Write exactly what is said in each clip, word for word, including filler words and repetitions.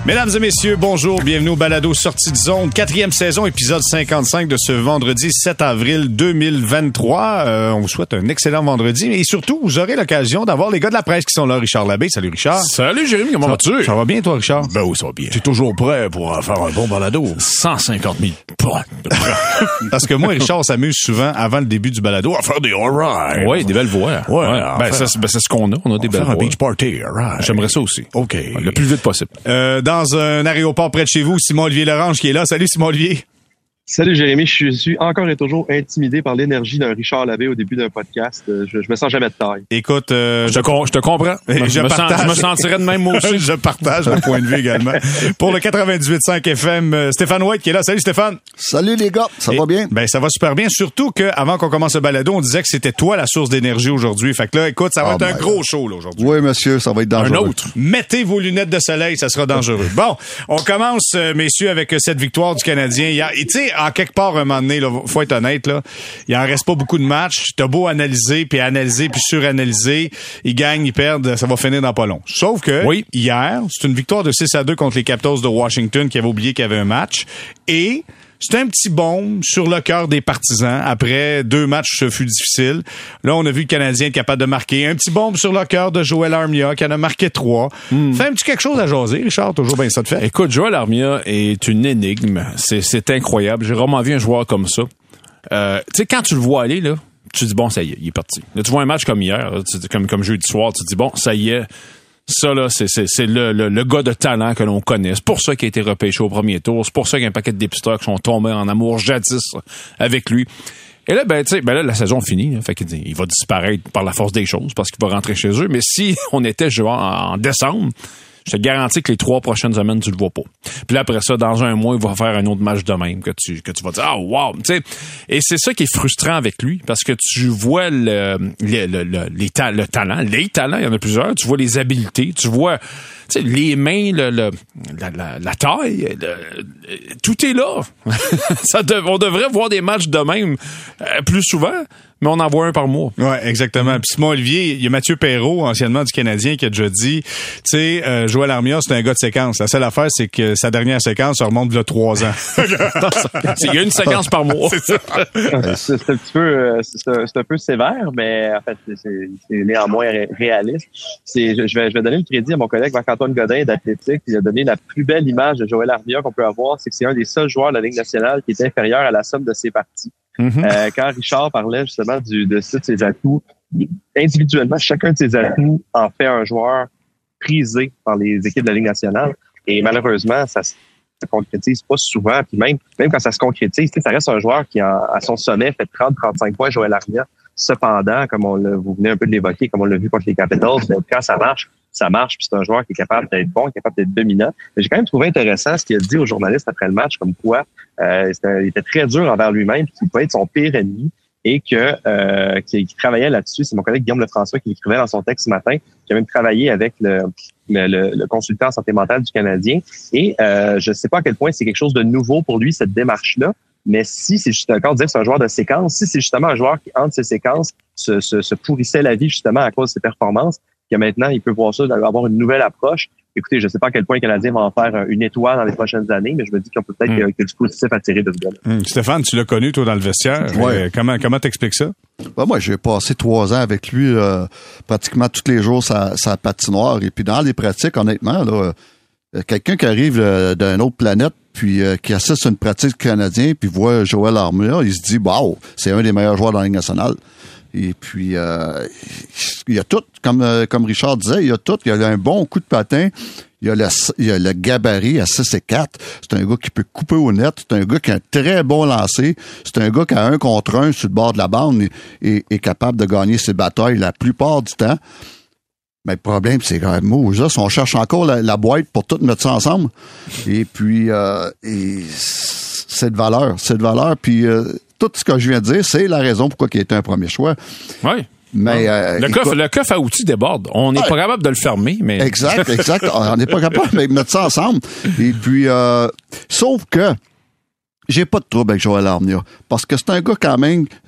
Mesdames et messieurs, bonjour, bienvenue au Balado Sortie de zone, quatrième saison, épisode cinquante-cinq de ce vendredi sept avril deux mille vingt-trois. Euh, on vous souhaite un excellent vendredi et surtout, vous aurez l'occasion d'avoir les gars de la presse qui sont là. Richard Labbé, salut Richard. Salut Jérémy, comment vas-tu? Ça va bien toi Richard? Ben oui, ça va bien. Tu es toujours prêt pour faire un bon balado? cent cinquante mille points. Parce que moi et Richard s'amuse souvent avant le début du balado à faire des alright. Oui, des belles voix. Ouais, ouais ben, ça, ben, c'est ce qu'on a, on a des belles faire voix. un beach party, alright. J'aimerais ça aussi. OK. Le plus vite possible. Euh, dans un aéroport près de chez vous, Simon-Olivier Lorange qui est là. Salut Simon-Olivier. Salut Jérémy, je suis encore et toujours intimidé par l'énergie d'un Richard Labbé au début d'un podcast. Je, je me sens jamais de taille. Écoute, euh, je, te com- je te comprends. Je, je, me partage. Sens, je me sentirais de même moi aussi. Je partage mon point de vue également. Pour le quatre-vingt-dix-huit virgule cinq F M, euh, Stéphane White qui est là. Salut Stéphane. Salut les gars, ça et, va bien? Ben ça va super bien. Surtout que avant qu'on commence le balado, on disait que c'était toi la source d'énergie aujourd'hui. Fait que là, écoute, ça va oh être un God. gros show là, aujourd'hui. Oui, monsieur, ça va être dangereux. Un autre. Mettez vos lunettes de soleil, ça sera dangereux. Bon, on commence, euh, messieurs, avec euh, cette victoire du Canadien hier. Et tu sais, en quelque part, un moment donné, là, faut être honnête, là, il en reste pas beaucoup de matchs. T'as beau analyser, puis analyser, puis suranalyser. Ils gagnent, ils perdent, ça va finir dans pas long. Sauf que, oui. hier, c'est une victoire de six à deux contre les Capitals de Washington qui avaient oublié qu'il y avait un match. Et c'était un petit baume sur le cœur des partisans. Après deux matchs, ce fut difficile. Là, on a vu le Canadien être capable de marquer. Un petit baume sur le cœur de Joël Armia, qui en a marqué trois. Mm. Fait un petit quelque chose à jaser, Richard. Toujours bien ça de fait. Écoute, Joël Armia est une énigme. C'est, c'est incroyable. J'ai vraiment vu un joueur comme ça. Euh, tu sais, quand tu le vois aller, là, tu te dis, bon, ça y est, il est parti. Là, tu vois un match comme hier, là, tu, comme, comme jeudi soir, tu te dis, bon, ça y est. Ça, là, c'est, c'est, c'est le, le, le gars de talent que l'on connaît. C'est pour ça qu'il a été repêché au premier tour. C'est pour ça qu'il y a un paquet de dépisteurs qui sont tombés en amour jadis avec lui. Et là, ben, tu sais, ben là, la saison finit. Là, fait qu'il il va disparaître par la force des choses parce qu'il va rentrer chez eux. Mais si on était joueur en, en décembre, je te garantis que les trois prochaines semaines, tu le vois pas. Puis là, après ça, dans un mois, il va faire un autre match de même que tu, que tu vas dire, ah, oh, wow! Tu sais, et c'est ça qui est frustrant avec lui, parce que tu vois le, le, le, le, les ta- le talent, les talents, il y en a plusieurs, tu vois les habiletés, tu vois, tu sais, les mains, le, le, la, la, la taille, le, tout est là. ça dev- on devrait voir des matchs de même euh, plus souvent, mais on en voit un par mois. Ouais, exactement. Puis Simon Olivier, il y a Mathieu Perreault, anciennement du Canadien, qui a déjà dit, tu sais, euh, Joël Armia, c'est un gars de séquence. La seule affaire, c'est que sa dernière séquence, ça remonte de trois ans. Il y a une séquence par mois. C'est ça. c'est, c'est un petit peu, c'est un, c'est un peu sévère, mais en fait, c'est, c'est néanmoins ré- réaliste. C'est, je, je vais, je vais donner le crédit à mon collègue Marc-Antoine Godin d'Athlétique. Il a donné la plus belle image de Joël Armia qu'on peut avoir, c'est que c'est un des seuls joueurs de la Ligue nationale qui est inférieur à la somme de ses parties. Mm-hmm. Euh, quand Richard parlait justement du, de, de ses atouts, individuellement, chacun de ses atouts en fait un joueur prisé par les équipes de la Ligue nationale. Et malheureusement, ça se concrétise pas souvent. Puis même, même quand ça se concrétise, ça reste un joueur qui, en, à son sommet, fait trente à trente-cinq points, Joël Armia. Cependant, comme on l'a, vous venez un peu de l'évoquer, comme on l'a vu contre les Capitals, quand ça marche, ça marche, puis c'est un joueur qui est capable d'être bon, qui est capable d'être dominant. Mais j'ai quand même trouvé intéressant ce qu'il a dit aux journalistes après le match, comme quoi euh, il était très dur envers lui-même, qu'il pouvait être son pire ennemi et que euh, qu'il, qu'il travaillait là-dessus. C'est mon collègue Guillaume Lefrançois qui l'écrivait dans son texte ce matin, qui a même travaillé avec le, le, le, le consultant en santé mentale du Canadien. Et euh, je ne sais pas à quel point c'est quelque chose de nouveau pour lui, cette démarche-là. Mais si c'est justement, quand on dit que c'est un joueur de séquence, si c'est justement un joueur qui, entre ses séquences, se, se, se pourrissait la vie justement à cause de ses performances, que maintenant, il peut voir ça, avoir une nouvelle approche. Écoutez, je ne sais pas à quel point le Canadien va en faire une étoile dans les prochaines années, mais je me dis qu'on peut peut-être mm. qu'il y a du positif à tirer de ce gars-là. Mm. Stéphane, tu l'as connu, toi, dans le vestiaire. Ouais. Euh, comment comment t'expliques ça? Ben moi, j'ai passé trois ans avec lui euh, pratiquement tous les jours sa, sa patinoire. Et puis dans les pratiques, honnêtement, là, euh, quelqu'un qui arrive euh, d'une autre planète puis euh, qui assiste à une pratique canadienne puis voit Joël Armia, il se dit, wow, c'est un des meilleurs joueurs dans la Ligue nationale. Et puis, euh, il y a tout, comme euh, comme Richard disait, il y a tout. Il y a un bon coup de patin. Il y a le, il y a le gabarit à six et quatre. C'est un gars qui peut couper au net. C'est un gars qui a un très bon lancer. C'est un gars qui a un contre un sur le bord de la bande et est capable de gagner ses batailles la plupart du temps. Mais le problème, c'est quand même, oh, ça, on cherche encore la, la boîte pour tout mettre ça ensemble. Et puis, euh, et c'est de valeur. C'est de valeur. Puis, euh, tout ce que je viens de dire, c'est la raison pourquoi il a été un premier choix. Oui. Mais, euh, le, écoute, coffre, le coffre à outils déborde. On n'est ouais. pas capable de le fermer, mais... Exact, exact. On n'est pas capable de mettre ça ensemble. Et puis, euh, sauf que j'ai pas de trouble avec Joël Armia. Parce que c'est un gars quand même...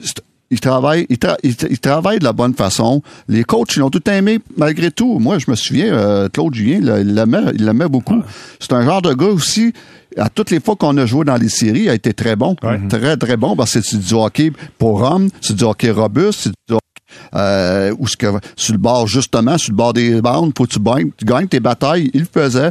il travaille, il, tra- il, il travaille de la bonne façon. Les coachs, ils l'ont tout aimé malgré tout. Moi, je me souviens, euh, Claude Julien, là, il l'aimait, il l'aimait beaucoup. Ouais. C'est un genre de gars aussi, à toutes les fois qu'on a joué dans les séries, il a été très bon. Ouais. Très, très bon, parce que c'est du hockey pour hommes, c'est du hockey robuste, c'est du hockey, euh, où ce que, sur le bord, justement, sur le bord des bandes, faut que tu gagnes, tu gagnes tes batailles. Il le faisait.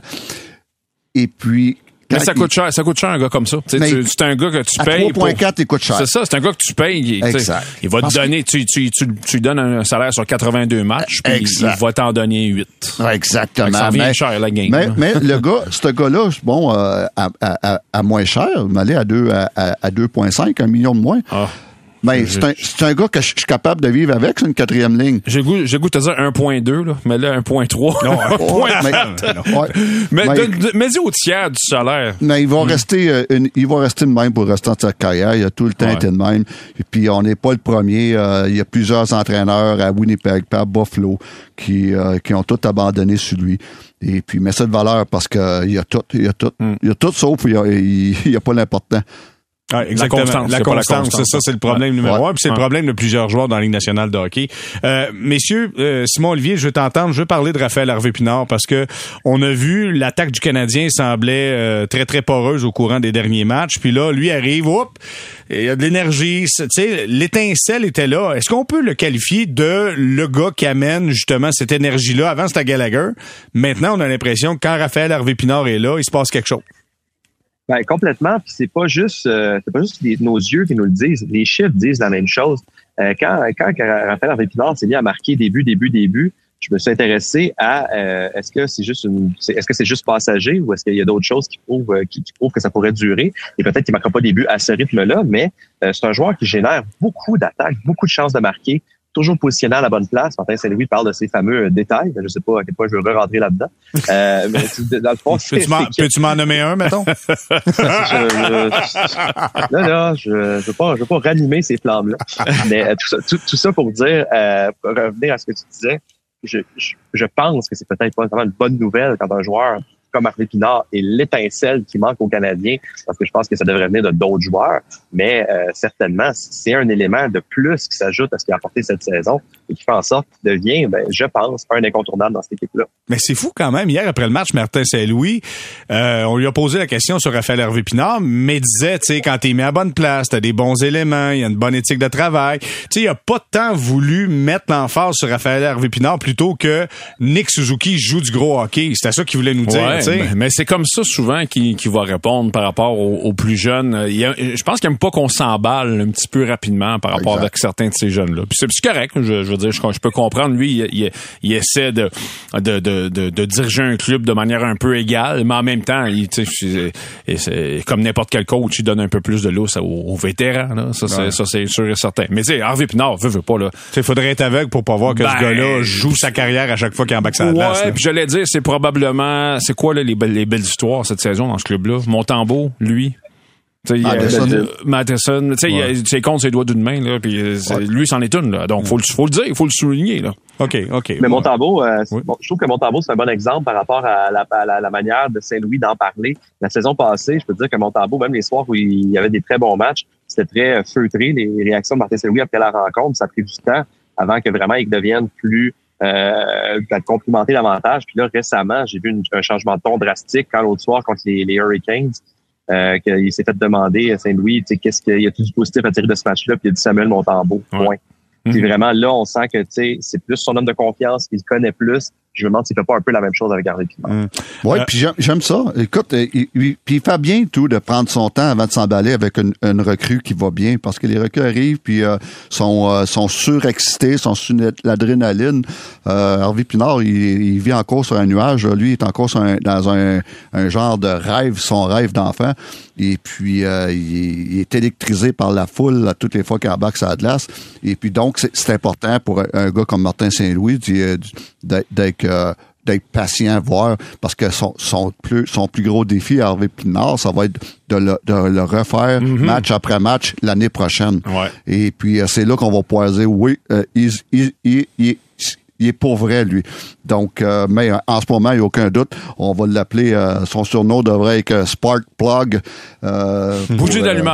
Et puis, mais ça coûte cher, ça coûte cher un gars comme ça. Tu, c'est un gars que tu payes. trois virgule quatre, il coûte cher. C'est ça, c'est un gars que tu payes. Exact. Il va te donner, tu, tu, tu, tu lui donnes un salaire sur quatre-vingt-deux matchs, puis il va t'en donner huit. Exactement. Ça revient cher, la game. Mais, mais le gars, ce gars-là, bon, euh, à, à, à moins cher, il m'allait à deux, à, à deux virgule cinq, un million de moins. Ah. Ben, c'est un, c'est un gars que je suis capable de vivre avec, c'est une quatrième ligne. J'ai goût, j'ai goût de te dire un virgule deux, là, mais là, un virgule trois. Non, un virgule quatre. Ouais. Mais, mais, de, de, mets-y au tiers du salaire. Mais il va mm. rester, euh, une, il va rester de même pour le restant de sa carrière. Il a tout le temps ouais. été de même. Et puis, on n'est pas le premier. Euh, il y a plusieurs entraîneurs à Winnipeg, puis à Buffalo, qui, euh, qui ont tout abandonné sur lui. Et puis, met ça de valeur parce que il y a tout, il y a tout, mm. il y a tout sauf il y a, il, il y a pas l'important. Ah, exactement. La constance, la constance, c'est ça, c'est le problème ouais. numéro ouais. un, puis c'est ouais. le problème de plusieurs joueurs dans la Ligue nationale de hockey. Euh, messieurs, euh, Simon Olivier, je veux t'entendre, je veux parler de Raphaël Harvey-Pinard parce que on a vu l'attaque du Canadien semblait euh, très très poreuse au courant des derniers matchs, puis là, lui arrive, hop, il y a de l'énergie, tu sais, l'étincelle était là. Est-ce qu'on peut le qualifier de le gars qui amène justement cette énergie-là? Avant, c'était Gallagher. Maintenant, on a l'impression que quand Raphaël Harvey-Pinard est là, il se passe quelque chose. Ben, complètement, puis c'est pas juste euh, c'est pas juste les, nos yeux qui nous le disent, les chiffres disent la même chose. Euh, quand quand Raphaël Harvey-Pinard s'est mis à marquer début, début, début, je me suis intéressé à euh, est-ce que c'est juste une c'est, est-ce que c'est juste passager ou est-ce qu'il y a d'autres choses qui prouvent euh, qui, qui prouvent que ça pourrait durer et peut-être qu'il marquera pas des buts à ce rythme-là, mais euh, c'est un joueur qui génère beaucoup d'attaques, beaucoup de chances de marquer. Toujours positionné à la bonne place. Martin Saint-Louis parle de ces fameux détails. Je sais pas à quel point je veux re-rentrer là-dedans. Euh, mais dans le fond, peux-tu, m'en, peux-tu m'en nommer un, mettons? je, je, là, là, je, je veux pas, je veux pas ranimer ces flammes-là. Mais tout ça, tout, tout ça pour dire, euh, pour revenir à ce que tu disais, je, je, je pense que c'est peut-être pas vraiment une bonne nouvelle quand un joueur comme Harvey-Pinard est l'étincelle qui manque aux Canadiens, parce que je pense que ça devrait venir de d'autres joueurs, mais euh, certainement, c'est un élément de plus qui s'ajoute à ce qu'il a apporté cette saison et qui fait en sorte qu'il devient, ben, je pense, un incontournable dans cette équipe-là. Mais c'est fou quand même. Hier, après le match, Martin Saint-Louis, euh, on lui a posé la question sur Raphaël Harvey-Pinard, mais disait, tu sais, quand t'es mis à bonne place, t'as des bons éléments, il y a une bonne éthique de travail. Tu sais, il a pas tant voulu mettre l'emphase sur Raphaël Harvey-Pinard plutôt que Nick Suzuki joue du gros hockey. C'était ça qu'il voulait nous dire. Ouais. Mais, mais c'est comme ça souvent qu'il, qu'il va répondre par rapport aux, aux plus jeunes. Il a, je pense qu'il n'aime pas qu'on s'emballe un petit peu rapidement par rapport exact. Avec certains de ces jeunes-là. Puis c'est, c'est correct, je, je veux dire, je, je peux comprendre. Lui, il, il, il essaie de, de, de, de, de diriger un club de manière un peu égale, mais en même temps, il, c'est, c'est, comme n'importe quel coach, il donne un peu plus de lousse aux, aux vétérans. Là. Ça, ouais. c'est, ça, c'est sûr et certain. Mais tu sais, Harvey-Pinard veut, veut pas. Là. Il faudrait être aveugle pour pas voir que ben, ce gars-là joue sa carrière à chaque fois qu'il embarque sa glace. Ouais, puis j'allais dire, c'est probablement... C'est quoi là, les les belles histoires cette saison dans ce club-là? Montembeau, lui. Matheson. Matheson. Tu sais, ouais. il compte ses doigts d'une main, là, puis ouais. lui, c'en est une, là. Donc, faut, faut le dire, il faut le souligner, là. OK, OK. Mais ouais. Montembeau, euh, oui. bon, je trouve que Montembeau, c'est un bon exemple par rapport à la, à la, la manière de Saint-Louis d'en parler. La saison passée, je peux te dire que Montembeau, même les soirs où il y avait des très bons matchs, c'était très feutré, les réactions de Martin Saint-Louis après la rencontre. Ça a pris du temps avant que vraiment il devienne plus Euh, de complimenter davantage. Puis là, récemment, j'ai vu une, un changement de ton drastique quand l'autre soir contre les, les Hurricanes, euh, qu'il s'est fait demander à Saint-Louis, tu sais, qu'est-ce qu'il y a tout du positif à tirer de ce match-là, puis il a dit Samuel Montembeau, point. Ouais. Puis mm-hmm. vraiment, là, on sent que, tu sais, c'est plus son homme de confiance, qu'il connaît plus. Je me demande s'il fait pas un peu la même chose avec Harvey-Pinard. Mmh. Oui, euh, puis j'aime, j'aime ça. Écoute, il, il, il fait bien tout de prendre son temps avant de s'emballer avec une, une recrue qui va bien, parce que les recrues arrivent puis euh, sont, euh, sont surexcités, sont sur l'adrénaline. Euh, Harvey-Pinard, il, il vit encore sur un nuage. Lui, il est encore sur un, dans un, un genre de rêve, son rêve d'enfant. Et puis, euh, il, il est électrisé par la foule à toutes les fois qu'il embarque sa glace. Et puis, donc, c'est, c'est important pour un, un gars comme Martin Saint-Louis d'être, d'être Euh, d'être patient, voir, parce que son, son, plus, son plus gros défi à Harvey-Pinard, ça va être de le, de le refaire mm-hmm. match après match l'année prochaine. Ouais. Et puis, euh, c'est là qu'on va pouvoir dire, oui, euh, il, il, il, il, il est pour vrai, lui. Donc, euh, mais en ce moment, il n'y a aucun doute. On va l'appeler, euh, son surnom devrait être Spark Plug. Euh, Bougie d'allumage.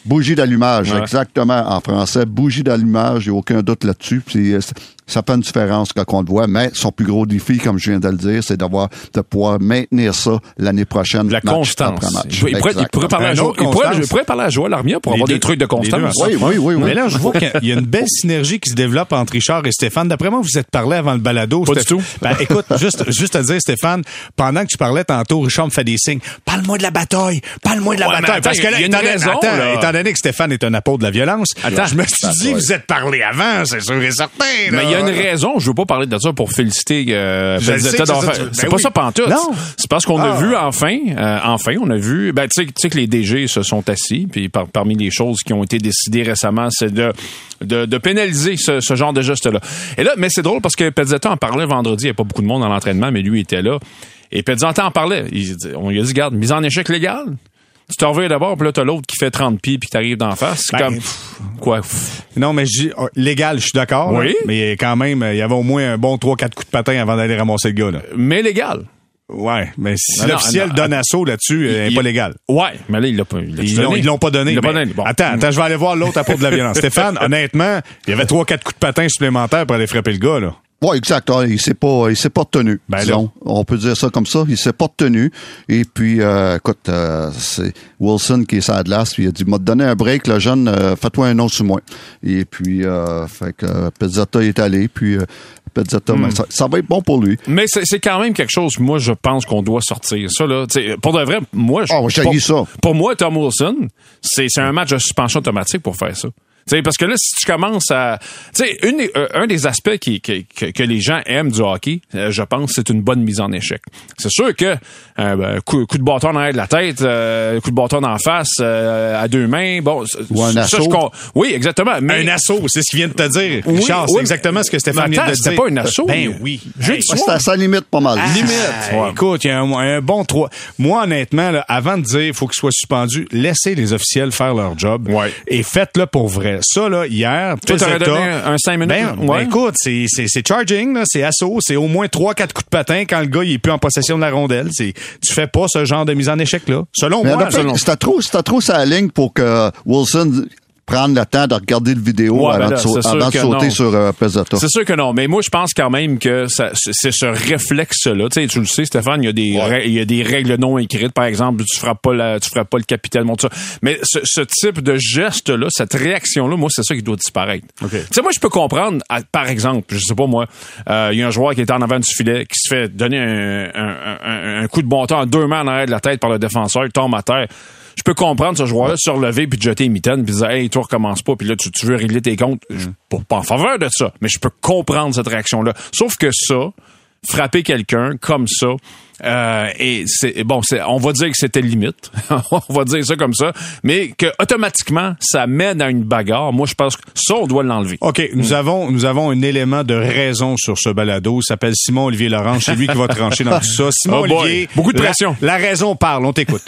Bougie d'allumage, Ouais. exactement, en français. Bougie d'allumage, il n'y a aucun doute là-dessus. Puis, ça fait une différence quand on le voit, mais son plus gros défi, comme je viens de le dire, c'est d'avoir de pouvoir maintenir ça l'année prochaine. La match constance. après match. Il pourrait, il pourrait parler à Un Jo- autre il pourrait- constance. il pourrait parler à Joël Armia pour Les avoir deux- des trucs de les deux constance. Oui, oui, oui, oui. Mais là, je vois qu'il y a une belle synergie qui se développe entre Richard et Stéphane. D'après moi, vous êtes parlé avant le balado. Pas du Stéph- tout. Ben, écoute, juste, juste à dire, Stéphane, pendant que tu parlais tantôt, Richard me fait des signes. Parle-moi de la bataille. Parle-moi de la Ouais, mais bataille. attends, Parce que là, il y a une étant, donné- raison, attends, là. étant donné que Stéphane est un apôtre de la violence, Attends. je me suis dit, vous êtes parlé avant, c'est sûr et certain. là. Mais il y a une raison, je veux pas parler de ça pour féliciter euh, Je le Pezzetta sais que c'est d'avoir ça, fait- tu- ben c'est pas oui. ça pantoute. Non. C'est parce qu'on a Ah. vu enfin, euh, enfin, on a vu, ben tu sais, tu sais que les D G se sont assis, puis par- parmi les choses qui ont été décidées récemment, c'est de de, de pénaliser ce, ce genre de geste-là. Et là, mais c'est drôle parce que Pezzetta en parlait vendredi, il n'y a pas beaucoup de monde dans l'entraînement, mais lui était là. Et Pezzetta en parlait. Il, on lui a dit, garde, mise en échec légale. Tu t'en reviens d'abord, puis là, t'as l'autre qui fait trente pieds puis qui t'arrive d'en face. C'est Ben, comme, pff, quoi? pff. Non, mais je dis, oh, légal, je suis d'accord. là. Oui. Mais quand même, il y avait au moins un bon trois quatre coups de patin avant d'aller ramasser le gars, là. Mais légal. Ouais, mais si Non, non, l'officiel non, donne assaut là-dessus, il n'est il- pas légal. Ouais, mais là, il l'a pas. il l'a Ils donné. l'ont, ils l'ont pas donné. Il l'a pas mais- donné. Bon. Attends, attends, je vais aller voir l'autre apôtre de la violence. Stéphane, honnêtement, il y avait trois quatre coups de patin supplémentaires pour aller frapper le gars, là. Oui, exact. Ah, Il s'est pas, il s'est pas tenu. Ben disons. On peut dire ça comme ça. Il s'est pas tenu. Et puis, euh, écoute, euh, c'est Wilson qui est sur la glace. Puis il a dit, m'a donné un break, le jeune, euh, fais-toi un autre sur moi. Et puis, euh, fait que euh, Pezzetta est allé. Puis, euh, Pezzetta, ben, ça, ça va être bon pour lui. Mais c'est, c'est quand même quelque chose, moi, je pense qu'on doit sortir. Ça, là, tu sais, pour de vrai, moi, je. Ah, j'ai pour, ça. Pour moi, Tom Wilson, c'est, c'est un match de suspension automatique pour faire ça. Tu sais, parce que là, si tu commences à... Tu sais, une, euh, un des aspects qui, qui- que, que les gens aiment du hockey, euh, je pense, c'est une bonne mise en échec. C'est sûr que euh, ben, coup, coup de bâton en arrière de la tête, euh, coup de bâton en face, euh, à deux mains, bon... Ou un ça, assaut. je con- oui, exactement. Mais, Un assaut, c'est ce qu'il vient de te dire. Oui, Richard, c'est oui, exactement ce que Stéphane mais vient de attends, te c'était dire. pas un assaut. Ben oui. Jeudi Hey, soir. C'est à sa limite pas mal. Ah, Limite, ouais. Écoute, il y a un, un bon trois. Moi, honnêtement, là, avant de dire il faut qu'il soit suspendu, laissez les officiels faire leur job. Ouais. Et faites-le pour vrai. Ça, là, hier, Toi, t'aurais Pezzetta- donné un- un cinq minutes? Ben, Ouais. ben, écoute, c'est, c'est, c'est charging, là, c'est assaut, c'est au moins trois quatre coups de patin quand le gars il est plus en possession de la rondelle. C'est, tu fais pas ce genre de mise en échec-là. Selon Mais moi, en fait, selon- c'était trop, c'était trop sa ligne pour que Wilson prenne le temps de regarder le vidéo Ouais, ben avant, là, de, sau- c'est sûr avant de que sauter non. sur euh, Pezzetta. C'est sûr que non, mais moi je pense quand même que ça, c'est c'est ce réflexe-là. Tu sais, tu le sais, Stéphane, il y a des, Ouais. rè- il y a des règles non écrites. Par exemple, tu frappes pas la, tu frappes pas le capitaine, bon, tout ça. Mais ce, ce type de geste-là, cette réaction-là, moi, c'est ça qui doit disparaître. Tu sais, moi, je peux comprendre. à- par exemple, je sais pas moi, euh, il y a un joueur qui est en avant du filet, qui se fait donner un, un, un, un coup de bon temps à deux mains en arrière de la tête par le défenseur, il tombe à terre. Je peux comprendre ce joueur-là se relever puis de jeter une mitaine puis de dire hey toi recommence pas puis là tu, tu veux régler tes comptes. Je suis pas, pas en faveur de ça, mais je peux comprendre cette réaction-là. Sauf que ça, frapper quelqu'un comme ça, euh, et c'est bon, c'est, on va dire que c'était limite, on va dire ça comme ça, mais que automatiquement ça mène à une bagarre. Moi je pense que ça on doit l'enlever. OK, nous avons nous avons un élément de raison sur ce balado. Il s'appelle Simon-Olivier Laurent. C'est lui qui va trancher dans tout ça. Simon-Olivier, Oh boy. Beaucoup de la- pression. La, raison parle. On t'écoute.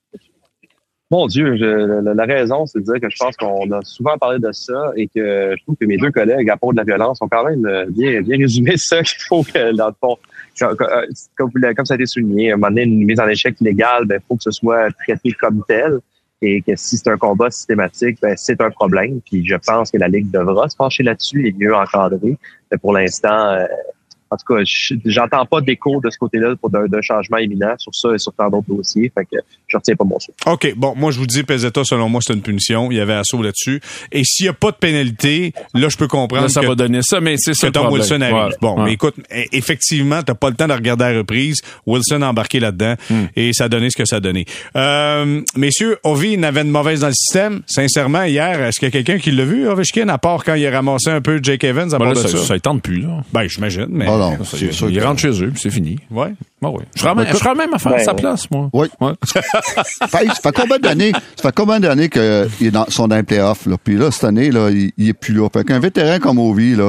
Mon Dieu, je- la, la raison, c'est de dire que je pense qu'on a souvent parlé de ça et que je trouve que mes deux collègues à propos de la violence ont quand même euh, bien, bien résumé ça qu'il faut que, dans le fond, comme, comme, comme ça a été souligné, à un moment donné, une mise en échec légale, ben, faut que ce soit traité comme tel et que si c'est un combat systématique, ben, c'est un problème. Puis je pense que la Ligue devra se pencher là-dessus et mieux encadrer. Mais pour l'instant, euh, en tout cas, je- j'entends pas d'écho de ce côté-là pour d'un, d'un changement imminent sur ça et sur tant d'autres dossiers. Fait que je retiens pas mon souhait. OK, bon, moi je vous dis, Pezzetta, selon moi, c'est une punition. Il y avait assaut là-dessus. Et s'il n'y a pas de pénalité, là, je peux comprendre Là, ça que, va donner ça, mais c'est que ça le Tom problème. Wilson arrive. Ouais. Bon, Ouais. mais écoute, e- effectivement, t'as pas le temps de regarder la reprise. Wilson a embarqué là-dedans Hmm. et ça a donné ce que ça a donné. Euh, messieurs, Ovi n'avait une mauvaise dans le système. Sincèrement, hier, est-ce qu'il y a quelqu'un qui l'a vu, Ovechkin, à part quand il a ramassé un peu Jake Evans, à Ben part là, de ça, ça? ça, il tente plus, là. Ben, j'imagine, mais... Ah non, Ça, c'est il, sûr il que- rentre chez eux, puis c'est fini. Ouais. Ben oui. Je serais même, je serais même à faire Ben, sa place, moi. Oui. Ouais. Fait, ça fait combien d'années, ça fait combien d'années qu'ils sont dans les playoffs, là? Puis là, cette année, là, il, il est plus là. Fait qu'un vétéran comme Ovi, là,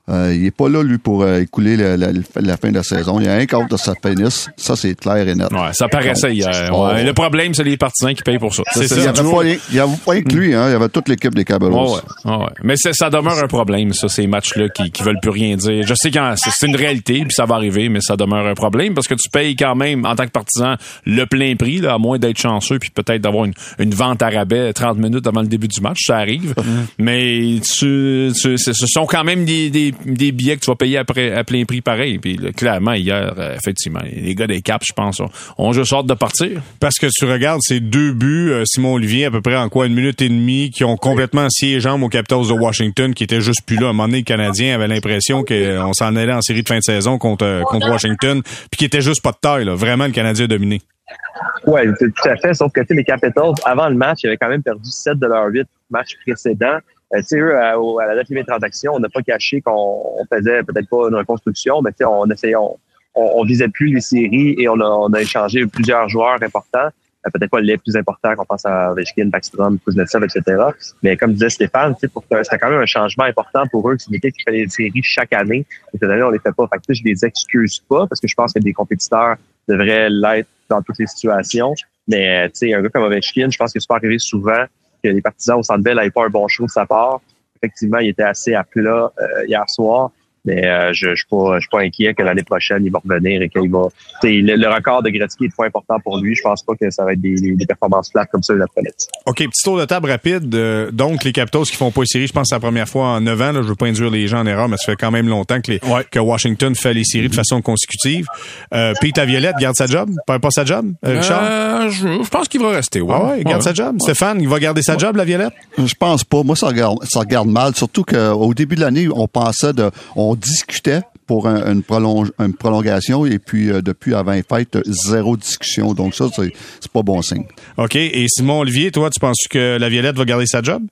Euh, il est pas là, lui, pour euh, écouler la, la, la fin de la saison. Il y a un quart de sa finisse. Ça, c'est clair et net. Ouais, ça paraissait hier. Oh. Ouais. Le problème, c'est les partisans qui payent pour ça. C'est ça, ça. Il n'y avait, pas, il y avait pas que lui, hein. Il y avait toute l'équipe des Caballos. Ouais, ouais. Ouais, ouais. Mais c'est, ça demeure un problème, ça, ces matchs-là qui, qui veulent plus rien dire. Je sais que c'est une réalité, puis ça va arriver, mais ça demeure un problème parce que tu payes quand même, en tant que partisan, le plein prix, là, à moins d'être chanceux, puis peut-être d'avoir une, une vente à rabais trente minutes avant le début du match. Ça arrive. Mais tu, tu, ce sont quand même des, des, des billets que tu vas payer après, à plein prix pareil. Puis là, clairement, hier, euh, effectivement, les gars des Caps, je pense, ont, ont juste hâte de partir. Parce que tu regardes ces deux buts, euh, Simon Olivier, à peu près en quoi, une minute et demie, qui ont complètement scié les jambes aux Capitals de Washington, qui étaient juste plus là. À un moment donné, le Canadien avait l'impression qu'on s'en allait en série de fin de saison contre, euh, contre Washington, puis qui était juste pas de taille, là. Vraiment, le Canadien a dominé. Oui, tout à fait. Sauf que les Capitals, avant le match, ils avaient quand même perdu sept de leurs huit matchs précédents. Euh, tu sais, eux, à, à la date limite de transaction, on n'a pas caché qu'on on faisait peut-être pas une reconstruction, mais tu sais, on essayait, on, on, on visait plus les séries et on a, on a échangé plusieurs joueurs importants. Euh, peut-être pas les plus importants, qu'on pense à Ovechkin, Backstrom, Kuznetsov, et cetera. Mais comme disait Stéphane, tu sais, pour c'était quand même un changement important pour eux. C'est une équipe qui fait les séries chaque année. Et cette année, on les fait pas. Fait que je les excuse pas parce que je pense que des compétiteurs devraient l'être dans toutes les situations. Mais tu sais, un gars comme Ovechkin, je pense que c'est pas arrivé souvent que les partisans au Centre Bell n'avaient pas un bon show de sa part. Effectivement, il était assez à plat euh, hier soir. Mais euh, je ne suis pas, je suis pas inquiet que l'année prochaine, il va revenir et qu'il va... Le, le record de Gretzky est trop important pour lui. Je pense pas que ça va être des, des performances plates comme ça d'après net. OK, petit tour de table rapide. Euh, donc, les Capitals qui font pas les séries, je pense que c'est la première fois en neuf ans. Là, je veux pas induire les gens en erreur, mais ça fait quand même longtemps que, les, ouais. que Washington fait les séries de façon consécutive. Euh, Pete Laviolette garde sa job? Pas, pas sa job, euh, Richard? Euh, je, je pense qu'il va rester, ouais. Ah ouais, il garde ouais. sa job. Ouais. Stéphane, il va garder sa ouais. job, Laviolette? Je pense pas. Moi, ça regarde, ça regarde mal. Surtout qu'au début de l'année, on pensait de... On discutait pour un, une, prolonge, une prolongation et puis euh, depuis avant les fêtes, zéro discussion. Donc ça, c'est, c'est pas bon signe. OK. Et Simon Olivier, toi, tu penses que Laviolette va garder sa job?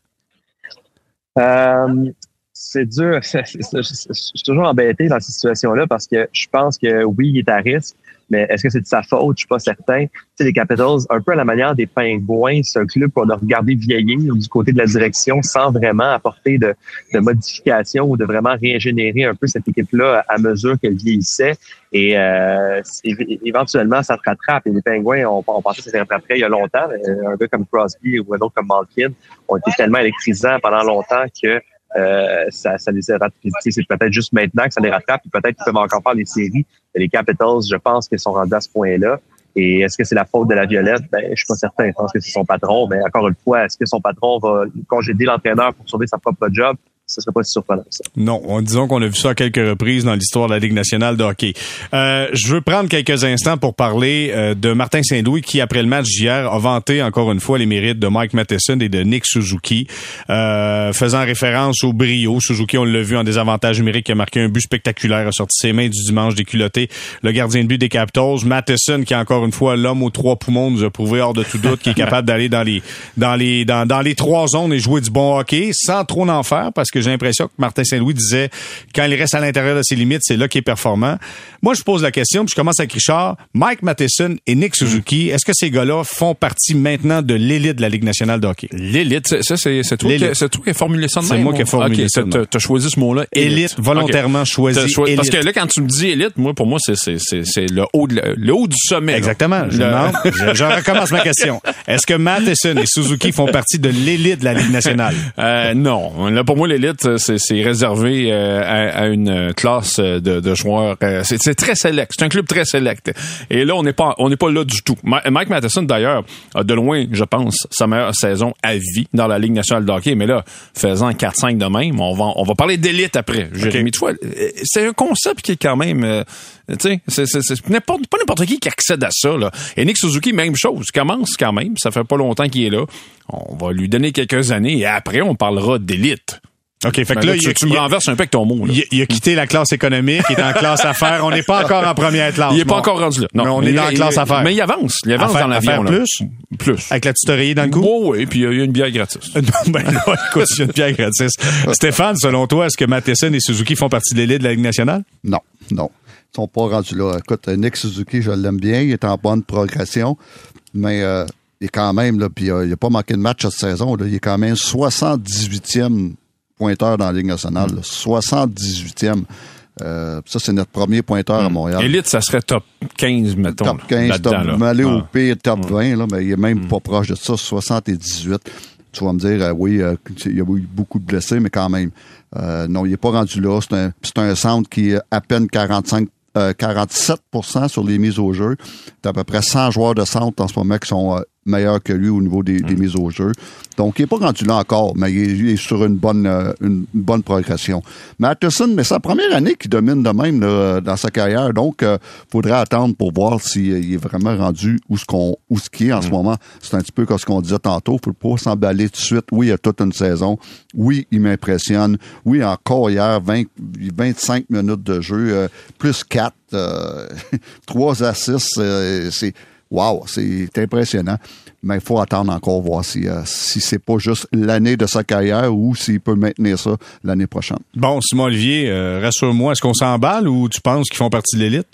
Euh, c'est dur. C'est, c'est, c'est, je suis toujours embêté dans cette situation-là parce que je pense que oui, il est à risque. Mais est-ce que c'est de sa faute? Je suis pas certain. Tu sais, les Capitals, un peu à la manière des Pingouins, c'est un club qu'on a regardé vieillir du côté de la direction sans vraiment apporter de, de modifications ou de vraiment régénérer un peu cette équipe-là à mesure qu'elle vieillissait. Et euh, éventuellement, ça te rattrape. Et les Pingouins, on, on pensait que ça se rattraperait il y a longtemps. Un gars comme Crosby ou un autre comme Malkin ont été tellement électrisants pendant longtemps que Euh, ça, ça les a rattrapés. C'est peut-être juste maintenant que ça les rattrape, puis peut-être qu'ils peuvent encore faire les séries. Les Capitals, je pense qu'ils sont rendus à ce point-là. Et est-ce que c'est la faute de Laviolette? Ben, je suis pas certain. Je pense que c'est son patron. Mais encore une fois, est-ce que son patron va congédier l'entraîneur pour sauver sa propre job? Ce serait pas si surprenant que ça. Non, on, disons qu'on a vu ça à quelques reprises dans l'histoire de la Ligue nationale de hockey. Euh, je veux prendre quelques instants pour parler euh, de Martin Saint-Louis qui, après le match d'hier, a vanté encore une fois les mérites de Mike Matheson et de Nick Suzuki, euh, faisant référence au brio. Suzuki, on l'a vu en désavantage numérique, qui a marqué un but spectaculaire, a sorti ses mains du dimanche déculotté, le gardien de but des Capitals. Matheson, qui est encore une fois l'homme aux trois poumons, nous a prouvé hors de tout doute qu'il est capable d'aller dans les dans les dans, dans les trois zones et jouer du bon hockey sans trop en faire, parce que j'ai l'impression que Martin Saint-Louis disait quand il reste à l'intérieur de ses limites, c'est là qu'il est performant. Moi, je pose la question, puis je commence avec Richard. Mike Matheson et Nick Suzuki, est-ce que ces gars-là font partie maintenant de l'élite de la Ligue nationale de hockey? L'élite, ça, c'est, c'est toi, qui, c'est toi qui as formulé ça de c'est même? C'est moi qui ai formulé okay, ça. T'as, t'as choisi ce mot-là. Élite. Élite, volontairement okay. choisi. Cho- élite. Parce que là, quand tu me dis élite, moi, pour moi, c'est, c'est, c'est, c'est le, haut de, le haut du sommet. Exactement. Je, demande, je, je recommence ma question. Est-ce que Matheson et Suzuki font partie de l'élite de la Ligue nationale? Euh, non. Là, pour moi, l'élite, c'est, c'est réservé euh, à, à une classe de, de joueurs. Euh, c'est, c'est très select. C'est un club très select. Et là, on n'est pas, on n'est pas là du tout. Mike Matheson, d'ailleurs, a de loin, je pense, sa meilleure saison à vie dans la Ligue nationale de hockey. Mais là, faisant quatre cinq de même, on va, on va parler d'élite après. Jérémy, tu vois, c'est un concept qui est quand même, euh, tu sais, c'est, c'est, c'est n'importe, pas n'importe qui qui accède à ça, là. Et Nick Suzuki, même chose. Commence quand même. Ça fait pas longtemps qu'il est là. On va lui donner quelques années et après, on parlera d'élite. OK, fait ben que là, là tu, il a, tu me il, renverses un peu avec ton mot. Là. Il, il a quitté la classe économique, il est en classe affaires. On n'est pas encore en première classe. Il est bon. pas encore rendu là. Non, mais on mais est il, dans la classe il, affaires. Mais il avance. Il avance affaires, dans l'avion. Là. Plus? Plus. Avec la petite oreiller dans le cou? Oui, oui, puis il y a une bière gratis. non, ben là, écoute, il y a une bière gratis. Stéphane, selon toi, est-ce que Matheson et Suzuki font partie de l'élite de la Ligue nationale? Non, non. Ils sont pas rendus là. Écoute, Nick Suzuki, je l'aime bien. Il est en bonne progression. Mais euh, il est quand même, là, puis euh, il n'a pas manqué de match cette saison. Là, il est quand même soixante-dix-huitième pointeurs dans la Ligue nationale, là, soixante-dix-huitième. Euh, ça, c'est notre premier pointeur à Montréal. Élite, ça serait top quinze, mettons. Top quinze, top, là. aller au Ah. pire top vingt, là, mais il est même mm. pas proche de ça, soixante-dix-huit. Tu vas me dire, euh, oui, euh, il y a eu beaucoup de blessés, mais quand même. Euh, non, il n'est pas rendu là. C'est un, c'est un centre qui est à peine quarante-cinq, euh, quarante-sept pour cent sur les mises au jeu. Tu as à peu près cent joueurs de centre en ce moment qui sont euh, meilleurs que lui au niveau des, des mm. mises au jeu. Donc, il n'est pas rendu là encore, mais il est, il est sur une bonne, euh, une, une bonne progression. Matheson, mais c'est la première année qu'il domine de même là, dans sa carrière. Donc, il euh, faudrait attendre pour voir s'il euh, est vraiment rendu où ce qu'on, où ce qu'il est en mm. ce moment. C'est un petit peu comme ce qu'on disait tantôt. Il ne faut pas s'emballer tout de suite. Oui, il y a toute une saison. Oui, il m'impressionne. Oui, encore hier, vingt, vingt-cinq minutes de jeu, euh, plus quatre, euh, trois assists. Euh, c'est wow, c'est impressionnant. Mais il faut attendre encore voir si, euh, si c'est pas juste l'année de sa carrière ou s'il peut maintenir ça l'année prochaine. Bon, Simon-Olivier, euh, rassure-moi, est-ce qu'on s'emballe ou tu penses qu'ils font partie de l'élite?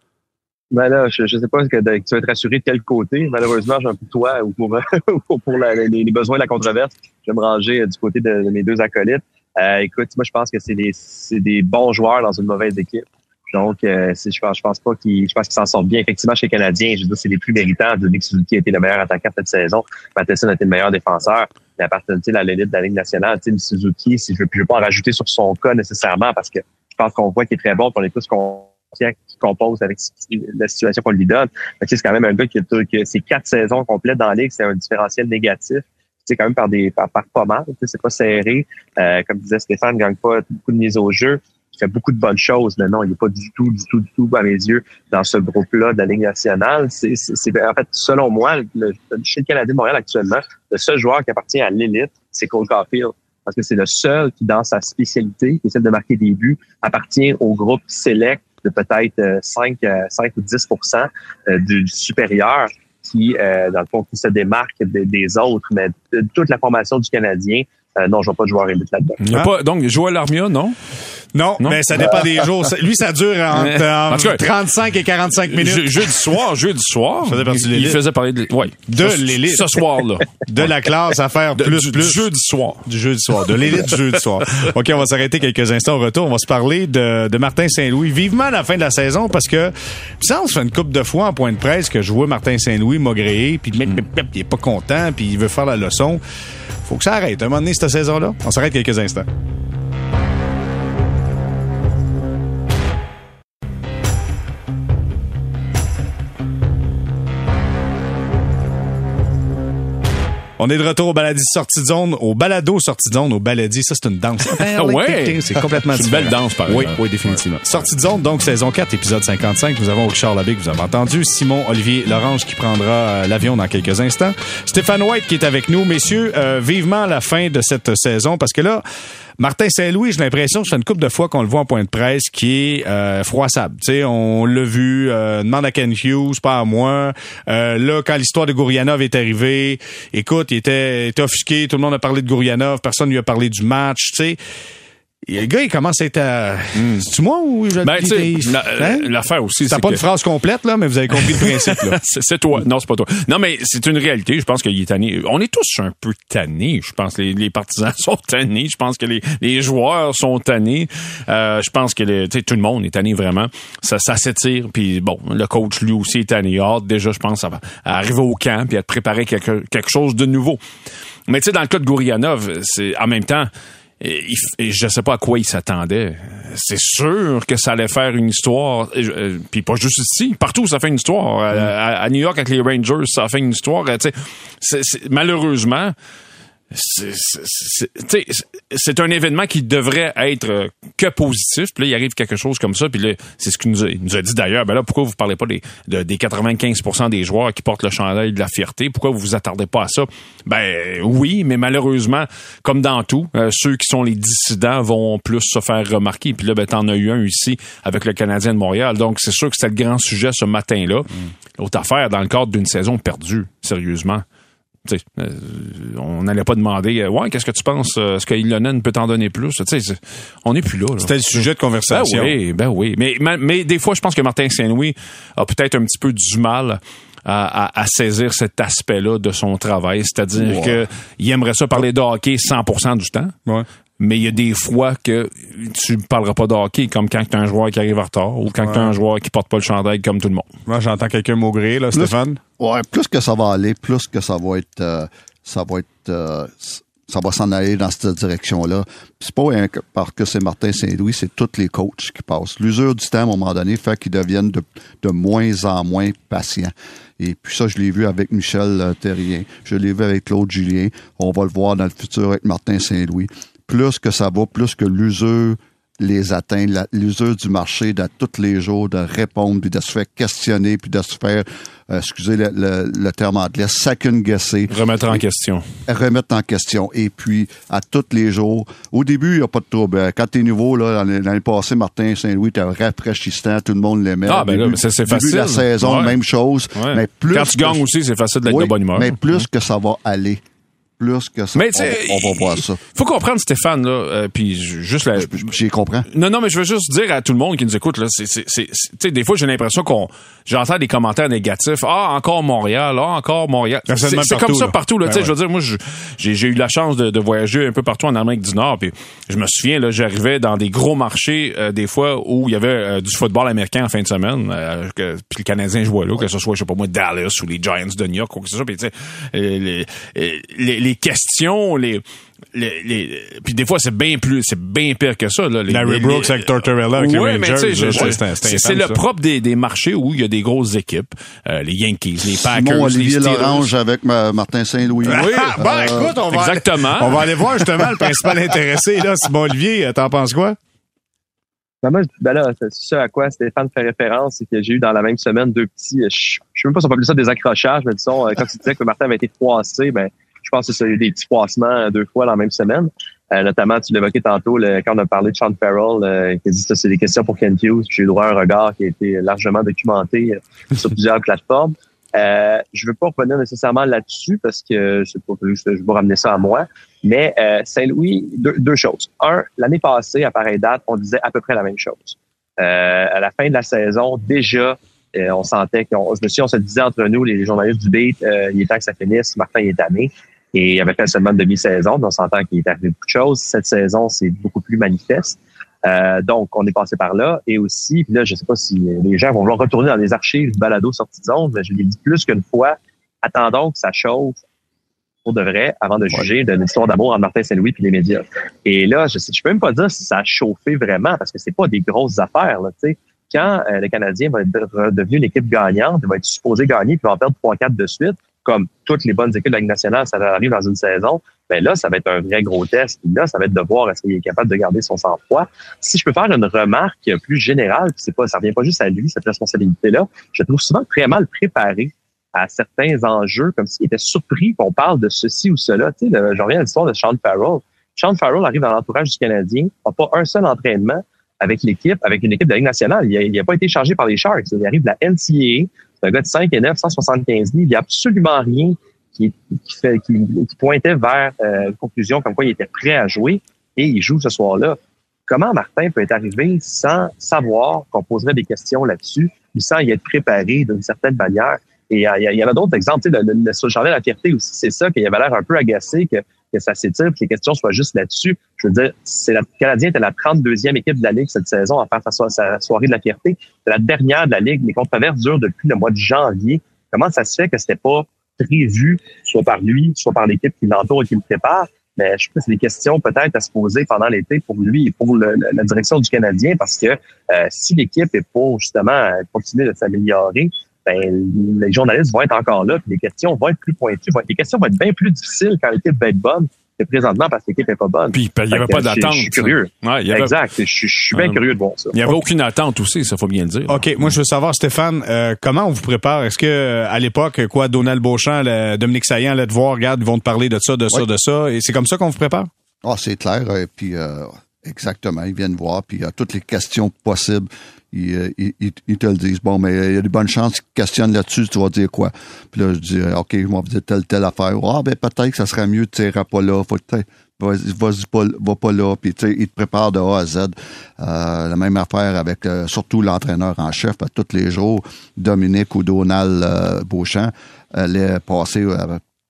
Ben là, je, je sais pas que, que tu vas être rassuré de quel côté. Malheureusement, j'ai un peu toi ou pour, pour la, les, les besoins de la controverse. Je vais me ranger euh, du côté de, de mes deux acolytes. Euh, écoute, moi, je pense que c'est des, c'est des bons joueurs dans une mauvaise équipe. Donc, euh, c'est, je pense, je pense pas qu'ils, je pense qu'ils s'en sortent bien. Effectivement, chez les Canadiens, je veux dire, c'est les plus méritants. De Nick Suzuki a été le meilleur attaquant cette saison. Matheson a été le meilleur défenseur. Mais à partir de l'élite de la Ligue nationale, tu sais, Suzuki, si je veux, je veux pas en rajouter sur son cas nécessairement parce que je pense qu'on voit qu'il est très bon, qu'on est tous conscients qu'il compose avec la situation qu'on lui donne. Mais, tu sais, c'est quand même un gars qui a, qui a ses quatre saisons complètes dans la Ligue, c'est un différentiel négatif. C'est quand même par des par, par pas mal. Tu sais, c'est pas serré. Euh, comme disait Stéphane, il gagne pas beaucoup de mise au jeu. Il fait beaucoup de bonnes choses, mais non, il n'est pas du tout, du tout, du tout, à mes yeux, dans ce groupe-là de la Ligue nationale. C'est, c'est, c'est en fait, selon moi, le, chez le Canadien de Montréal actuellement, le seul joueur qui appartient à l'élite, c'est Cole Caulfield. Parce que c'est le seul qui, dans sa spécialité, qui est celle de marquer des buts, appartient au groupe select de peut-être cinq, cinq ou dix pour cent du supérieur qui, euh, dans le fond, qui se démarque des, des autres. Mais de toute la formation du Canadien, euh, non, je vois pas de joueur élite là-dedans. Il y a pas, donc, Joël Armia, non? Non, non, mais ça dépend des jours. Lui, ça dure entre, entre en tout cas, trente-cinq et quarante-cinq minutes. Je, jeudi soir, jeudi soir. Faisait partie de il, il faisait parler de, ouais, de ce, l'élite. Ce soir-là. De la classe à faire de, plus, du, plus. Du jeudi soir. Du jeudi soir. De l'élite du jeudi soir. OK, on va s'arrêter quelques instants au retour. On va se parler de, de Martin Saint-Louis. Vivement la fin de la saison parce que, ça, on se fait une couple de fois en point de presse que je vois Martin Saint-Louis maugréer puis le mec, mm. il est pas content puis il veut faire la leçon. Faut que ça arrête. À un moment donné, cette saison-là. On s'arrête quelques instants. On est de retour au baladi sortie de zone, au balado sortie de zone, au baladi. Ça, c'est une danse. Ouais. C'est complètement c'est une belle danse, par exemple. Oui, oui, définitivement. Ouais. Sortie de zone, donc, saison quatre, épisode cinquante-cinq. Nous avons Richard Labbé, que vous avez entendu. Simon Olivier Lorange, qui prendra euh, l'avion dans quelques instants. Stéphane White, qui est avec nous. Messieurs, euh, vivement la fin de cette saison, parce que là, Martin Saint-Louis, j'ai l'impression que c'est une couple de fois qu'on le voit en point de presse qui est euh, froissable. Tu sais, on l'a vu, euh, demande à Ken Hughes, pas à moi. Euh, là, quand l'histoire de Gourianov est arrivée, écoute, il était, il était offusqué, tout le monde a parlé de Gourianov, personne lui a parlé du match, tu sais. Et le gars, il commence à être à... Mm. C'est-tu moi ou... Je... Ben, tu sais, la, hein? L'affaire aussi, c'est pas que... une phrase complète, là, mais vous avez compris le principe, là. c'est, c'est toi. Non, c'est pas toi. Non, mais c'est une réalité. Je pense qu'il est tanné. On est tous un peu tannés. Je pense que les, les partisans sont tannés. Je pense que les, les joueurs sont tannés. Euh, je pense que les, tout le monde est tanné, vraiment. Ça, ça s'étire. Puis bon, le coach, lui aussi, est tanné. Hâte, déjà, je pense, à, à arriver au camp puis à te préparer quelque, quelque chose de nouveau. Mais tu sais, dans le cas de Gourianov, c'est en même temps... Et, et je sais pas à quoi il s'attendait. C'est sûr que ça allait faire une histoire. Euh, Puis pas juste ici, partout ça fait une histoire. Mm. À, à New York avec les Rangers, ça fait une histoire. Tu sais, c'est, c'est, malheureusement, c'est, c'est, c'est, c'est un événement qui devrait être que positif. Puis là, il arrive quelque chose comme ça. Puis là, c'est ce qu'il nous a, il nous a dit d'ailleurs. Ben là, pourquoi vous parlez pas des, de, des quatre-vingt-quinze pour cent des joueurs qui portent le chandail de la fierté? Pourquoi vous vous attardez pas à ça? Ben oui, mais malheureusement, comme dans tout, euh, ceux qui sont les dissidents vont plus se faire remarquer. Puis là, ben t'en as eu un ici avec le Canadien de Montréal. Donc c'est sûr que c'était le grand sujet ce matin-là. Mm. L'autre affaire, dans le cadre d'une saison perdue, sérieusement. T'sais, euh, on n'allait pas demander euh, ouais, qu'est-ce que tu penses, euh, est-ce que Ilonen peut t'en donner plus? T'sais, on n'est plus là, là. C'était le sujet de conversation. Ben oui, ben oui. Mais, mais, mais des fois, je pense que Martin Saint-Louis a peut-être un petit peu du mal à, à, à saisir cet aspect-là de son travail. C'est-à-dire wow. que il aimerait ça parler de hockey cent pour cent du temps. Ouais. Mais il y a des fois que tu parleras pas de hockey, comme quand tu as un joueur qui arrive en retard ou quand ouais. tu as un joueur qui porte pas le chandail comme tout le monde. Moi, j'entends quelqu'un maugréer, là, plus, Stéphane. Ouais, plus que ça va aller, plus que ça va être... Euh, ça va être... Euh, ça va s'en aller dans cette direction-là. C'est pas hein, parce que c'est Martin Saint-Louis, c'est tous les coachs qui passent. L'usure du temps, à un moment donné, fait qu'ils deviennent de, de moins en moins patients. Et puis ça, je l'ai vu avec Michel euh, Terrien. Je l'ai vu avec Claude Julien. On va le voir dans le futur avec Martin Saint-Louis. Plus que ça va, plus que l'usure les atteint, la, l'usure du marché de tous les jours, de répondre, puis de se faire questionner, puis de se faire, euh, excusez le, le, le terme anglais, second-guesser. Remettre en question. Remettre en question. Et puis, à tous les jours, au début, il n'y a pas de trouble. Quand t'es nouveau, là, l'année, l'année passée, Martin Saint-Louis était rafraîchissant, tout le monde l'aimait. Ah, ben début, là, c'est, c'est facile. Début de la saison, ouais. Même chose. Ouais. Mais plus Quand tu gagnes aussi, c'est facile d'être oui, de bonne humeur. Mais plus mmh. que ça va aller, plus que ça, mais on, on va voir ça. Faut comprendre, Stéphane, là, euh, puis juste la... J'y comprends. Non, non, mais je veux juste dire à tout le monde qui nous écoute, là, c'est, c'est, c'est, tu sais, des fois, j'ai l'impression qu'on, j'entends des commentaires négatifs. Ah, encore Montréal, ah, encore Montréal. C'est, c'est partout, comme ça là. Partout, là, ben tu sais, ouais. Je veux dire, moi, je, j'ai, j'ai eu la chance de, de voyager un peu partout en Amérique du Nord, puis je me souviens, là, j'arrivais dans des gros marchés, euh, des fois, où il y avait euh, du football américain en fin de semaine, euh, que, puis le Canadien jouait là, ouais. Que ce soit, je sais pas moi, Dallas ou les Giants de New York, ou que ce soit, puis tu sais, les, les, les, les questions, les, les, les, puis des fois c'est bien plus, c'est bien pire que ça là. Les, Larry les, Brooks les, avec Tortorella avec ouais, les mais Rangers, je, là, je, c'est, c'est, c'est, c'est le propre des, des marchés où il y a des grosses équipes, euh, les Yankees, les Packers, Simon Olivier les Steelers. Lorange avec ma, Martin Saint-Louis. Oui, euh, ben écoute, on va exactement. Aller, on va aller voir justement le principal intéressé là, Simon Olivier. T'en penses quoi? Ben moi, ben là, c'est ça à quoi Stéphane fait référence, c'est que j'ai eu dans la même semaine deux petits, je, je sais même pas si on peut appeler ça des accrochages, mais disons, quand tu disais que Martin avait été froissé, ben, je pense que ça, il y a eu des petits froissements deux fois dans la même semaine. Euh, notamment, tu l'évoquais tantôt, le, quand on a parlé de Sean Farrell, euh, qui a dit que c'est des questions pour Ken Hughes. J'ai eu droit à un regard qui a été largement documenté euh, sur plusieurs plateformes. Euh, je veux pas revenir nécessairement là-dessus parce que c'est pas que je vais ramener ça à moi. Mais euh, Saint-Louis, deux, deux choses. Un, l'année passée, à pareille date, on disait à peu près la même chose. Euh, à la fin de la saison, déjà, euh, on sentait qu'on, je me suis, on se disait entre nous, les journalistes du beat, euh, il est temps que ça finisse. Martin il est tanné. Et il avait fait seulement une demi-saison, donc on s'entend qu'il est arrivé beaucoup de choses. Cette saison, c'est beaucoup plus manifeste. Euh, donc, on est passé par là. Et aussi, puis là, je sais pas si les gens vont vouloir retourner dans les archives du balado sortie de zone, mais je l'ai dit plus qu'une fois, attendons que ça chauffe pour de vrai avant de juger de l'histoire d'amour entre Martin Saint-Louis et les médias. Et là, je sais, je peux même pas dire si ça a chauffé vraiment, parce que c'est pas des grosses affaires, là, tu sais. Quand euh, le Canadien va être devenu une équipe gagnante, il va être supposé gagner, puis il va en perdre trois quatre de suite, comme toutes les bonnes équipes de la Ligue nationale, ça arrive dans une saison, ben là, ça va être un vrai gros test. Puis là, ça va être de voir est-ce qu'il est capable de garder son sang-froid. Si je peux faire une remarque plus générale, puis c'est pas, ça revient pas juste à lui, cette responsabilité-là, je le trouve souvent très mal préparé à certains enjeux, comme s'il était surpris qu'on parle de ceci ou cela. Tu sais, je reviens à l'histoire de Sean Farrell. Sean Farrell arrive dans l'entourage du Canadien, n'a pas un seul entraînement avec l'équipe, avec une équipe de la Ligue nationale. Il n'a pas été changé par les Sharks. Il arrive de la N C A A. C'est un gars de cinq et neuf, cent soixante-quinze livres. Il n'y a absolument rien qui, qui, fait, qui, qui pointait vers euh, une conclusion comme quoi il était prêt à jouer et il joue ce soir-là. Comment Martin peut être arrivé sans savoir qu'on poserait des questions là-dessus ou sans y être préparé d'une certaine manière? Et il y, y en a d'autres exemples. Tu sais, le, le, le Jardin de la fierté aussi, c'est ça, qu'il avait l'air un peu agacé, que, que ça s'étire, que les questions soient juste là-dessus. Je veux dire, c'est la, le Canadien était la trente-deuxième équipe de la Ligue cette saison à faire sa, sa soirée de la fierté. C'est la dernière de la Ligue. Les controverses durent depuis le mois de janvier. Comment ça se fait que c'était pas prévu, soit par lui, soit par l'équipe qui l'entoure et qui le prépare? Mais je pense que c'est des questions peut-être à se poser pendant l'été pour lui et pour le, la direction du Canadien, parce que euh, si l'équipe est pour justement continuer de s'améliorer, ben, les journalistes vont être encore là, puis les questions vont être plus pointues. Les questions vont être bien plus difficiles quand l'équipe va être bonne que présentement parce que l'équipe n'est pas bonne. Puis il n'y avait pas d'attente. Je suis curieux. Ouais, y avait... Exact. Je, je suis bien euh, curieux de voir ça. Il n'y avait aucune attente aussi, ça faut bien le dire. OK. Moi, je veux savoir, Stéphane, euh, comment on vous prépare? Est-ce que à l'époque, quoi, Donald Beauchamp, le, Dominique Saillant allait te voir, regarde, ils vont te parler de ça, de ça, ouais. de ça, et c'est comme ça qu'on vous prépare? Ah, c'est clair. Et puis, euh, exactement, ils viennent voir, puis il y a toutes les questions possibles. Ils, ils, ils te le disent. Bon, mais il y a de bonnes chances qu'ils te questionnent là-dessus, tu vas dire quoi? Puis là, je dis, OK, je vais dire telle, telle affaire. Ah, ben peut-être que ça serait mieux, tu n'iras pas là. Faut que vas-y, vas-y pas, va pas là. Puis, tu sais, ils te préparent de A à Z. Euh, la même affaire avec euh, surtout l'entraîneur en chef. À tous les jours, Dominique ou Donald euh, Beauchamp allait passer euh,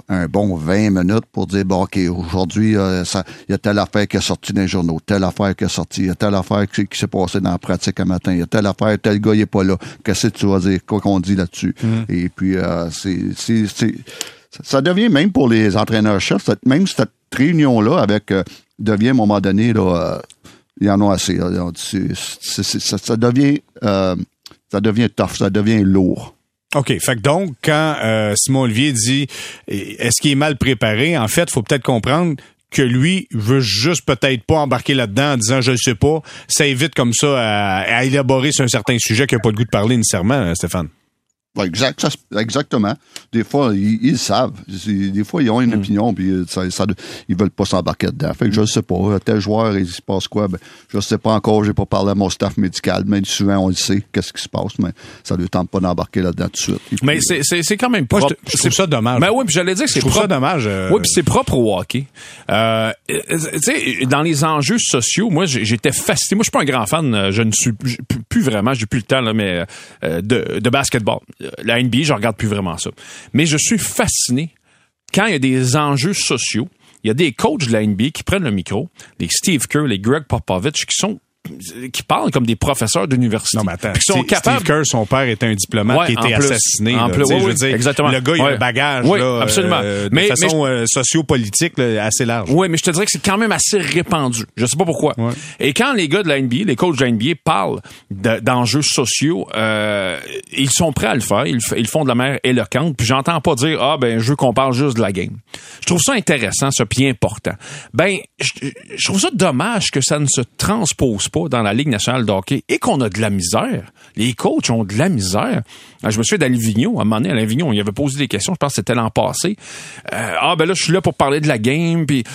un bon vingt minutes pour dire, bon, OK, aujourd'hui, il ça, y a telle affaire qui est sortie dans les journaux, telle affaire qui est sortie, il y a telle affaire qui, qui s'est passée dans la pratique un matin, il y a telle affaire, tel gars, il est pas là. Qu'est-ce que tu vas dire? Quoi qu'on dit là-dessus? Mm. Et puis, euh, c'est, c'est, c'est, ça devient même pour les entraîneurs-chefs, même cette réunion-là avec, euh, devient à un moment donné, là, euh, il y en a assez. Là, c'est, c'est, c'est, ça, ça devient, euh, ça devient tough, ça devient lourd. OK. Fait que donc, quand euh, Simon Olivier dit est-ce qu'il est mal préparé, en fait, il faut peut-être comprendre que lui veut juste peut-être pas embarquer là-dedans en disant je le sais pas. Ça évite comme ça à, à élaborer sur un certain sujet qu'il n'a pas le goût de parler nécessairement, Stéphane. Exact, ça, exactement. Des fois, ils, ils savent. Des fois, ils ont une mm. opinion, puis ça, ça, ils veulent pas s'embarquer dedans. Fait que je ne sais pas. Tel joueur, il se passe quoi? Ben, je ne sais pas encore. J'ai pas parlé à mon staff médical, mais souvent, on le sait, qu'est-ce qui se passe, mais ça ne lui tente pas d'embarquer là-dedans tout de suite. Puis, mais c'est, c'est, c'est quand même propre. Moi, je, je trouve ça dommage. Ben oui, puis j'allais dire que c'est je trouve propre. ça dommage. Euh... Oui, puis c'est propre au hockey. Euh, tu sais, dans les enjeux sociaux, moi, j'étais fasciné. Moi, je suis pas un grand fan. Je ne suis plus vraiment, j'ai plus le temps, là, mais euh, de, de basketball. La N B A, je regarde plus vraiment ça. Mais je suis fasciné quand il y a des enjeux sociaux. Il y a des coachs de la N B A qui prennent le micro, les Steve Kerr, les Greg Popovich, qui sont qui parlent comme des professeurs d'université. Non, mais attends, qui sont Steve capables... Kerr, son père était un diplomate ouais, qui a été plus, assassiné. En là, plus, oui, je veux oui, dire, exactement. Le gars, il ouais. a un bagage oui, là, absolument. Euh, de mais, façon mais je... euh, sociopolitique là, assez large. Oui, mais je te dirais que c'est quand même assez répandu. Je sais pas pourquoi. Ouais. Et quand les gars de la N B A, les coachs de la N B A parlent de, d'enjeux sociaux, euh, ils sont prêts à le faire. Ils, ils font de la manière éloquente. Puis j'entends pas dire « Ah, ben, je veux qu'on parle juste de la game ». Je trouve ça intéressant, ça, puis important. Ben, je, je trouve ça dommage que ça ne se transpose pas dans la Ligue nationale de hockey et qu'on a de la misère. Les coachs ont de la misère. Je me souviens d'Alain Vigneault, à un moment donné, Alain Vigneault, il avait posé des questions, je pense que c'était l'an passé. Euh, ah, ben là, je suis là pour parler de la game, puis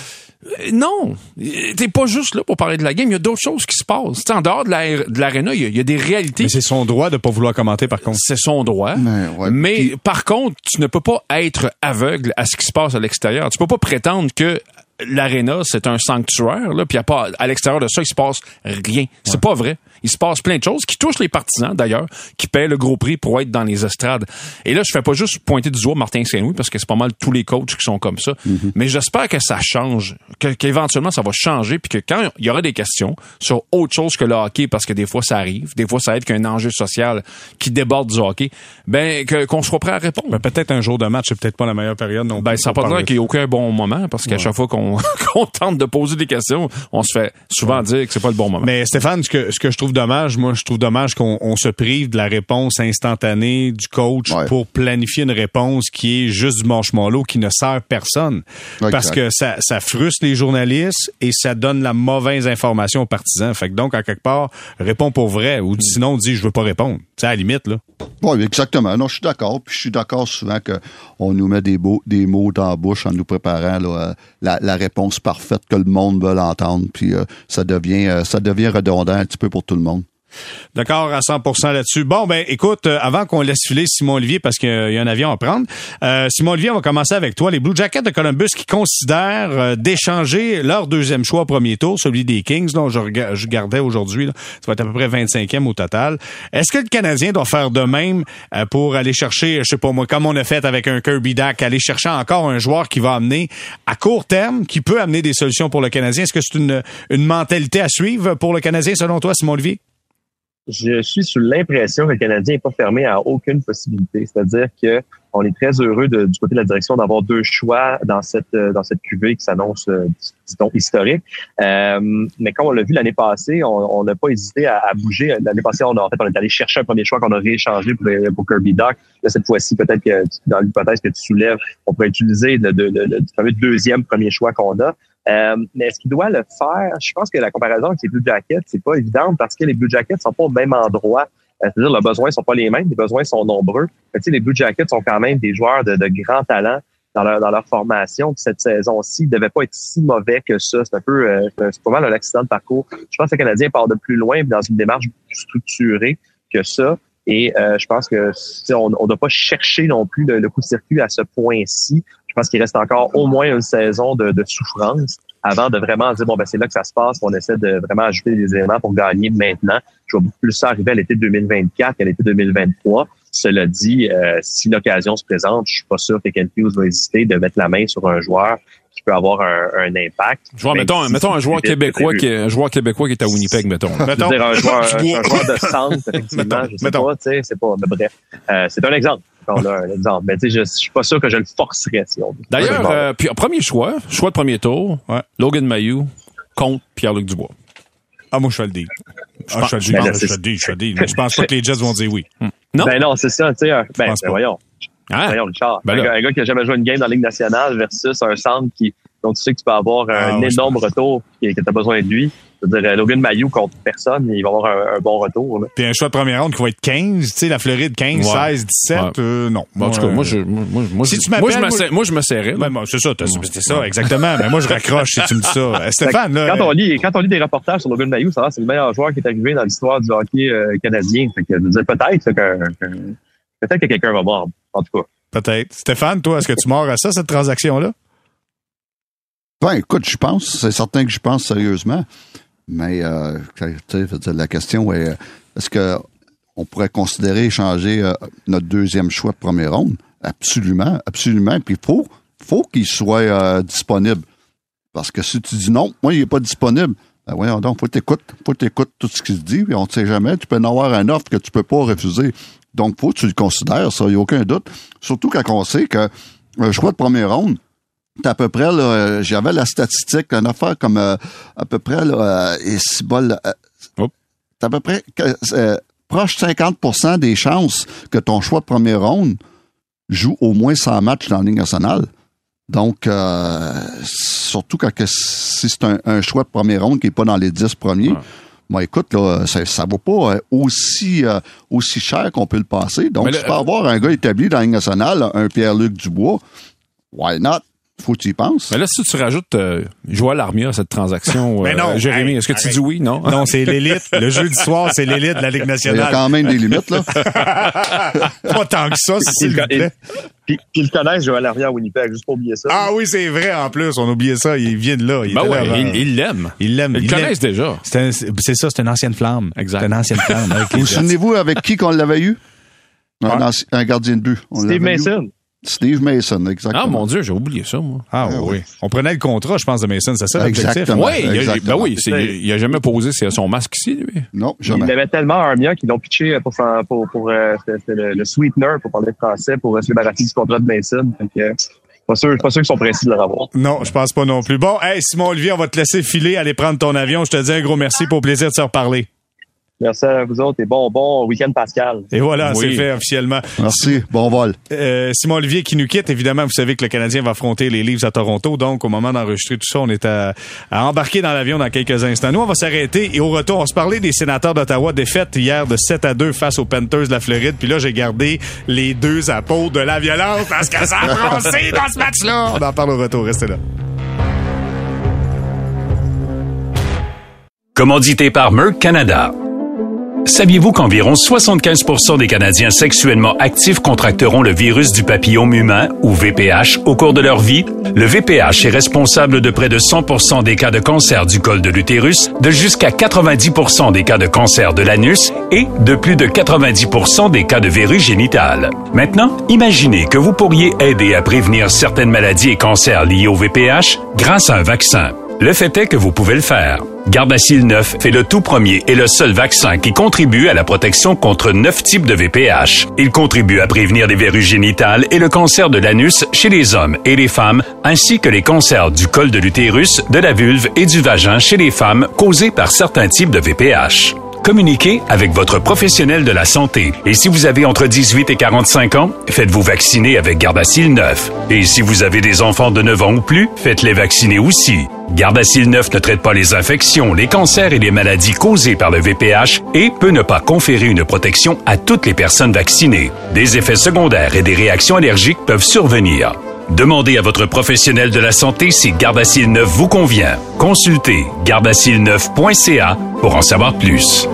non, t'es pas juste là pour parler de la game, il y a d'autres choses qui se passent. T'sais, en dehors de, la, de l'aréna, il y, a, il y a des réalités. Mais c'est son droit de pas vouloir commenter, par contre. C'est son droit. Mais, ouais, mais puis... par contre, tu ne peux pas être aveugle à ce qui se passe à l'extérieur. Tu peux pas prétendre que l'aréna, c'est un sanctuaire, là, puis à, pas, à l'extérieur de ça, il se passe rien. C'est ouais. pas vrai. Il se passe plein de choses qui touchent les partisans, d'ailleurs, qui paient le gros prix pour être dans les estrades. Et là, je fais pas juste pointer du doigt Martin Saint-Louis, parce que c'est pas mal tous les coachs qui sont comme ça. Mm-hmm. Mais j'espère que ça change, que, qu'éventuellement, ça va changer, puis que quand il y aura des questions sur autre chose que le hockey, parce que des fois, ça arrive, des fois, ça arrive qu'il y a un enjeu social qui déborde du hockey, ben, que, qu'on soit prêt à répondre. Ben, peut-être un jour de match, c'est peut-être pas la meilleure période non plus. Ben, ça n'a pas l'air qu'il n'y ait aucun bon moment, parce qu'à ouais. chaque fois qu'on, qu'on tente de poser des questions, on se fait souvent ouais. dire que c'est pas le bon moment. Mais Stéphane, ce que, ce que je trouve dommage, moi, je trouve dommage qu'on on se prive de la réponse instantanée du coach ouais. pour planifier une réponse qui est juste du marshmallow qui ne sert personne. Okay. Parce que ça, ça frustre les journalistes et ça donne la mauvaise information aux partisans. Fait que donc, à quelque part, réponds pour vrai ou sinon, dis je veux pas répondre. C'est à la limite, là. Oui, exactement. Non, je suis d'accord. Puis je suis d'accord souvent qu'on nous met des, beaux, des mots dans la bouche en nous préparant là, la, la réponse parfaite que le monde veut entendre. Puis euh, ça devient euh, ça devient redondant un petit peu pour tout le monde. D'accord à cent pour cent là-dessus. Bon, ben écoute, euh, avant qu'on laisse filer Simon Olivier, parce qu'il y a un avion à prendre, euh, Simon Olivier, on va commencer avec toi. Les Blue Jackets de Columbus qui considèrent euh, d'échanger leur deuxième choix au premier tour, celui des Kings, dont je, rega- je gardais aujourd'hui. Là, ça va être à peu près vingt-cinquième au total. Est-ce que le Canadien doit faire de même euh, pour aller chercher, je sais pas moi, comme on a fait avec un Kirby Dach, aller chercher encore un joueur qui va amener à court terme, qui peut amener des solutions pour le Canadien? Est-ce que c'est une, une mentalité à suivre pour le Canadien, selon toi, Simon Olivier? Je suis sous l'impression que le Canadien n'est pas fermé à aucune possibilité. C'est-à-dire que on est très heureux de, du côté de la direction d'avoir deux choix dans cette dans cette cuvée qui s'annonce, disons, historique. Euh, mais comme on l'a vu l'année passée, on n'a pas hésité à, à bouger. L'année passée, on a en fait on est allé chercher un premier choix qu'on a rééchangé pour, pour Kirby Dach. Là, cette fois-ci, peut-être que dans l'hypothèse que tu soulèves, on pourrait utiliser le, le, le, le fameux deuxième premier choix qu'on a. Euh, mais est-ce qu'il doit le faire? Je pense que la comparaison avec les Blue Jackets, c'est pas évident parce que les Blue Jackets sont pas au même endroit. Euh, c'est-à-dire, leurs besoins sont pas les mêmes, les besoins sont nombreux. Mais, tu sais, les Blue Jackets sont quand même des joueurs de, de grand talent dans leur, dans leur formation. Puis cette saison-ci, ils devaient pas être si mauvais que ça. C'est un peu, euh, c'est pas mal un accident de parcours. Je pense que le Canadien part de plus loin dans une démarche plus structurée que ça. Et euh, je pense que on ne doit pas chercher non plus le, le coup de circuit à ce point-ci. Je pense qu'il reste encore au moins une saison de, de souffrance avant de vraiment dire, bon, ben c'est là que ça se passe, on essaie de vraiment ajouter des éléments pour gagner maintenant. Je vois beaucoup plus ça arriver à l'été deux mille vingt-quatre qu'à l'été deux mille vingt-trois. Cela dit, euh, si l'occasion se présente, je suis pas sûr que Kent Hughes va hésiter de mettre la main sur un joueur qui peut avoir un, un impact. Joueur, mettons, si mettons un joueur québécois qui est, un joueur québécois qui est à Winnipeg, mettons. mettons. Je veux dire, un joueur, un, un joueur de centre, effectivement, mettons, je sais mettons. pas, tu sais, c'est pas, mais bref. Euh, c'est un exemple. On a un exemple. Mais tu sais, je, je suis pas sûr que je le forcerais, si on veut. D'ailleurs, euh, puis, premier choix, choix de premier tour, ouais. Logan Mailloux contre Pierre-Luc Dubois. Ah, moi, je fais le deal. Je pense, ah, je fais le deal, je fais le deal, je fais le deal. Mais je pense pas que les Jets vont dire oui. Hmm. Non? Ben non, c'est ça, tu sais. Ben, ben voyons. Ah. Voyons, Richard. Ben un, gars, un gars qui a jamais joué une game dans la Ligue nationale versus un centre qui, dont tu sais que tu peux avoir un ah, énorme ouais, retour et que tu as besoin de lui. Je veux dire, Logan Mailloux contre personne, il va avoir un, un bon retour. Là. Puis un choix de première ronde qui va être quinze, tu sais, la Floride quinze, ouais. seize, dix-sept, ouais. euh, non. Bon, en tout cas, moi, je, moi, moi, si je, tu moi, je, moi, moi, je me serrais. Ben, moi, c'est ça, c'est ça, exactement. Mais moi, je raccroche si tu me dis ça. Stéphane, là. Quand on lit, quand on lit des reportages sur Logan Mailloux, ça va, c'est le meilleur joueur qui est arrivé dans l'histoire du hockey euh, canadien. Fait que, je veux dire, peut-être que, que, peut-être que quelqu'un va mordre. En tout cas. Peut-être. Stéphane, toi, est-ce que tu mords à ça, cette transaction-là? Ben, écoute, je pense. C'est certain que je pense sérieusement. Mais, euh, tu sais, la question est, est-ce que on pourrait considérer changer euh, notre deuxième choix de première ronde? Absolument, absolument. Puis il faut, faut qu'il soit euh, disponible. Parce que si tu dis non, moi, il n'est pas disponible, ben voyons donc, faut t'écouter, faut t'écouter tout ce qui se dit, puis on ne sait jamais, tu peux en avoir un offre que tu peux pas refuser. Donc, faut que tu le considères, ça, il n'y a aucun doute. Surtout quand on sait que un choix de première ronde, t'as à peu près, là, j'avais la statistique, une affaire comme euh, à peu près, là, et si bol, euh, oh. t'as à peu près euh, proche cinquante pour cent des chances que ton choix de première ronde joue au moins cent matchs dans la Ligue nationale. Donc, euh, surtout quand que, si c'est un, un choix de première ronde qui n'est pas dans les dix premiers, ouais. Bon, écoute, là, ça ne vaut pas aussi, euh, aussi cher qu'on peut le passer. Donc, tu peux avoir un gars établi dans la Ligue nationale, un Pierre-Luc Dubois, why not? Faut que tu y penses. Mais là, si tu rajoutes euh, Joël Armia à cette transaction, mais non, euh, Jérémy, hey, est-ce que hey, tu dis oui, non? Non, c'est l'élite. Le jeudi soir, c'est l'élite de la Ligue nationale. Il y a quand même des limites, là. Pas tant que ça, s'il vous plaît. Puis ils connaissent Joël Armia à Winnipeg, juste pour oublier ça. Ah oui, c'est vrai, en plus. On oubliait ça. Il vient de là. Il ben ouais, là il, il l'aime. Il l'aime. Ils le connaissent déjà. C'est, un, c'est ça, c'est une ancienne flamme. Exact. C'est une ancienne flamme. Vous vous souvenez-vous avec qui qu'on l'avait eu? Un, ouais. ancien, un gardien de but. On Steve Mason. Steve Mason, exactement. Ah, mon Dieu, j'ai oublié ça, moi. Ah, ah oui. oui. On prenait le contrat, je pense, de Mason, c'est ça l'objectif? Exactement. Oui, il a, ben oui, c'est, il a jamais posé son masque ici, lui. Non, jamais. Il avait tellement Armia qu'ils l'ont pitché pour, pour, pour, pour euh, le, le sweetener, pour parler français, pour se débarrasser du contrat de Mason. Fait que, pas sûr, pas sûr qu'ils sont pressés de le revoir. Non, je pense pas non plus. Bon, hey, Simon Olivier, on va te laisser filer, aller prendre ton avion. Je te dis un gros merci pour le plaisir de se reparler. Merci à vous autres et bon, bon week-end Pascal. Et voilà, oui. c'est fait officiellement. Merci, bon vol. Euh, Simon Olivier qui nous quitte, évidemment, vous savez que le Canadien va affronter les Leafs à Toronto, donc au moment d'enregistrer tout ça, on est à, à embarquer dans l'avion dans quelques instants. Nous, on va s'arrêter et au retour, on se parlait des Sénateurs d'Ottawa, défaite hier de sept à deux face aux Panthers de la Floride, puis là, j'ai gardé les deux apôtres de la violence parce que ça a bronzé dans ce match-là. On en parle au retour, restez là. Commandité par Merck Canada. Saviez-vous qu'environ soixante-quinze pour cent des Canadiens sexuellement actifs contracteront le virus du papillome humain, ou V P H, au cours de leur vie? Le V P H est responsable de près de cent pour cent des cas de cancer du col de l'utérus, de jusqu'à quatre-vingt-dix pour cent des cas de cancer de l'anus et de plus de quatre-vingt-dix pour cent des cas de verrues génitales. Maintenant, imaginez que vous pourriez aider à prévenir certaines maladies et cancers liés au V P H grâce à un vaccin. Le fait est que vous pouvez le faire. Gardasil neuf est le tout premier et le seul vaccin qui contribue à la protection contre neuf types de V P H. Il contribue à prévenir les verrues génitales et le cancer de l'anus chez les hommes et les femmes, ainsi que les cancers du col de l'utérus, de la vulve et du vagin chez les femmes causés par certains types de V P H. Communiquez avec votre professionnel de la santé. Et si vous avez entre dix-huit et quarante-cinq ans, faites-vous vacciner avec Gardasil neuf. Et si vous avez des enfants de neuf ans ou plus, faites-les vacciner aussi. Gardasil neuf ne traite pas les infections, les cancers et les maladies causées par le V P H et peut ne pas conférer une protection à toutes les personnes vaccinées. Des effets secondaires et des réactions allergiques peuvent survenir. Demandez à votre professionnel de la santé si Gardasil neuf vous convient. Consultez gardasil neuf point c a pour en savoir plus.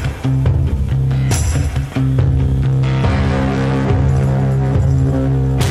On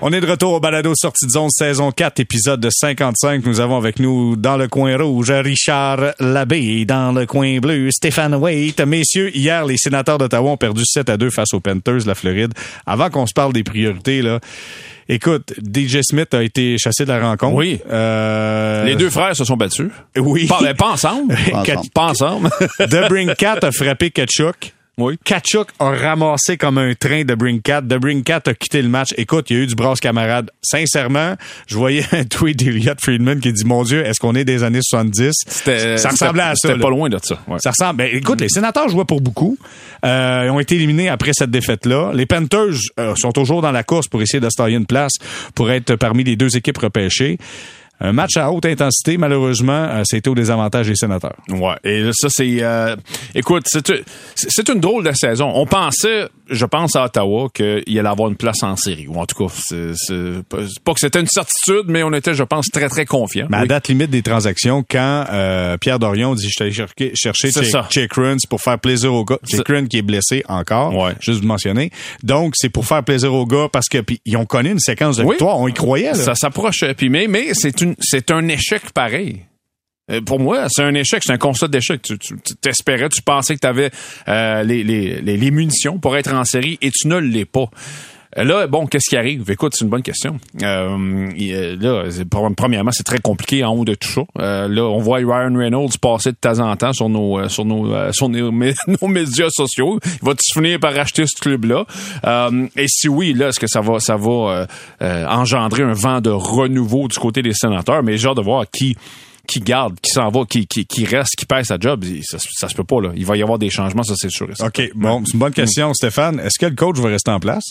On est de retour au balado Sortie de zone saison quatre, épisode de cinquante-cinq. Nous avons avec nous dans le coin rouge Richard Labbé, dans le coin bleu Stéphane Waite. Messieurs, hier, les sénateurs d'Ottawa ont perdu sept à deux face aux Panthers de la Floride. Avant qu'on se parle des priorités, là, écoute, D J Smith a été chassé de la rencontre. Oui. Euh... Les deux frères se sont battus. Oui. Pas, ben, pas ensemble. Pas ensemble. Pas ensemble. DeBrincat a frappé Tkachuk. Oui. Tkachuk a ramassé comme un train DeBrincat. DeBrincat a quitté le match. Écoute, il y a eu du brasse camarade. Sincèrement, je voyais un tweet d'Elliot Friedman qui dit, mon Dieu, est-ce qu'on est des années soixante-dix? C'était, ça ressemblait à ça. C'était là. pas loin de ça. Ouais. Ça ressemble. Ben, écoute, les sénateurs jouaient pour beaucoup. Euh, ils ont été éliminés après cette défaite-là. Les Panthers euh, sont toujours dans la course pour essayer de se tailler une place pour être parmi les deux équipes repêchées. Un match à haute intensité, malheureusement, euh, c'était au désavantage des sénateurs. Ouais. Et là, ça, c'est... Euh, écoute, c'est, c'est une drôle de saison. On pensait, je pense à Ottawa, qu'il allait avoir une place en série. Ou en tout cas, c'est, c'est pas que c'était une certitude, mais on était, je pense, très, très confiants. Mais à oui. date limite des transactions, quand euh, Pierre Dorion dit « Je suis allé chercher, chercher Chikrin pour faire plaisir au gars. » Chikrin qui est blessé encore, ouais. juste vous mentionner. Donc, c'est pour faire plaisir aux gars parce que pis, ils ont connu une séquence de oui. victoire. On y croyait. Là. Ça s'approche. Puis, mais, mais c'est, une, c'est un échec pareil. Pour moi, c'est un échec, c'est un constat d'échec. Tu, tu t'espérais, tu pensais que tu avais euh, les, les, les, les munitions pour être en série et tu ne l'es pas. Là, bon, qu'est-ce qui arrive? Écoute, c'est une bonne question. Euh, là, premièrement, c'est très compliqué en haut de tout ça. Euh, là, on voit Ryan Reynolds passer de temps en temps sur nos sur nos sur nos, nos médias sociaux. Il va tu finir par acheter ce club-là? Euh, et si oui, là, est-ce que ça va ça va euh, euh, engendrer un vent de renouveau du côté des sénateurs? Mais j'ai hâte de voir qui qui garde, qui s'en va, qui, qui, qui reste, qui perd sa job, ça, ça se peut pas, là. Il va y avoir des changements, ça, c'est sûr. OK, bon, c'est une bonne question, mmh. Stéphane. Est-ce que le coach va rester en place?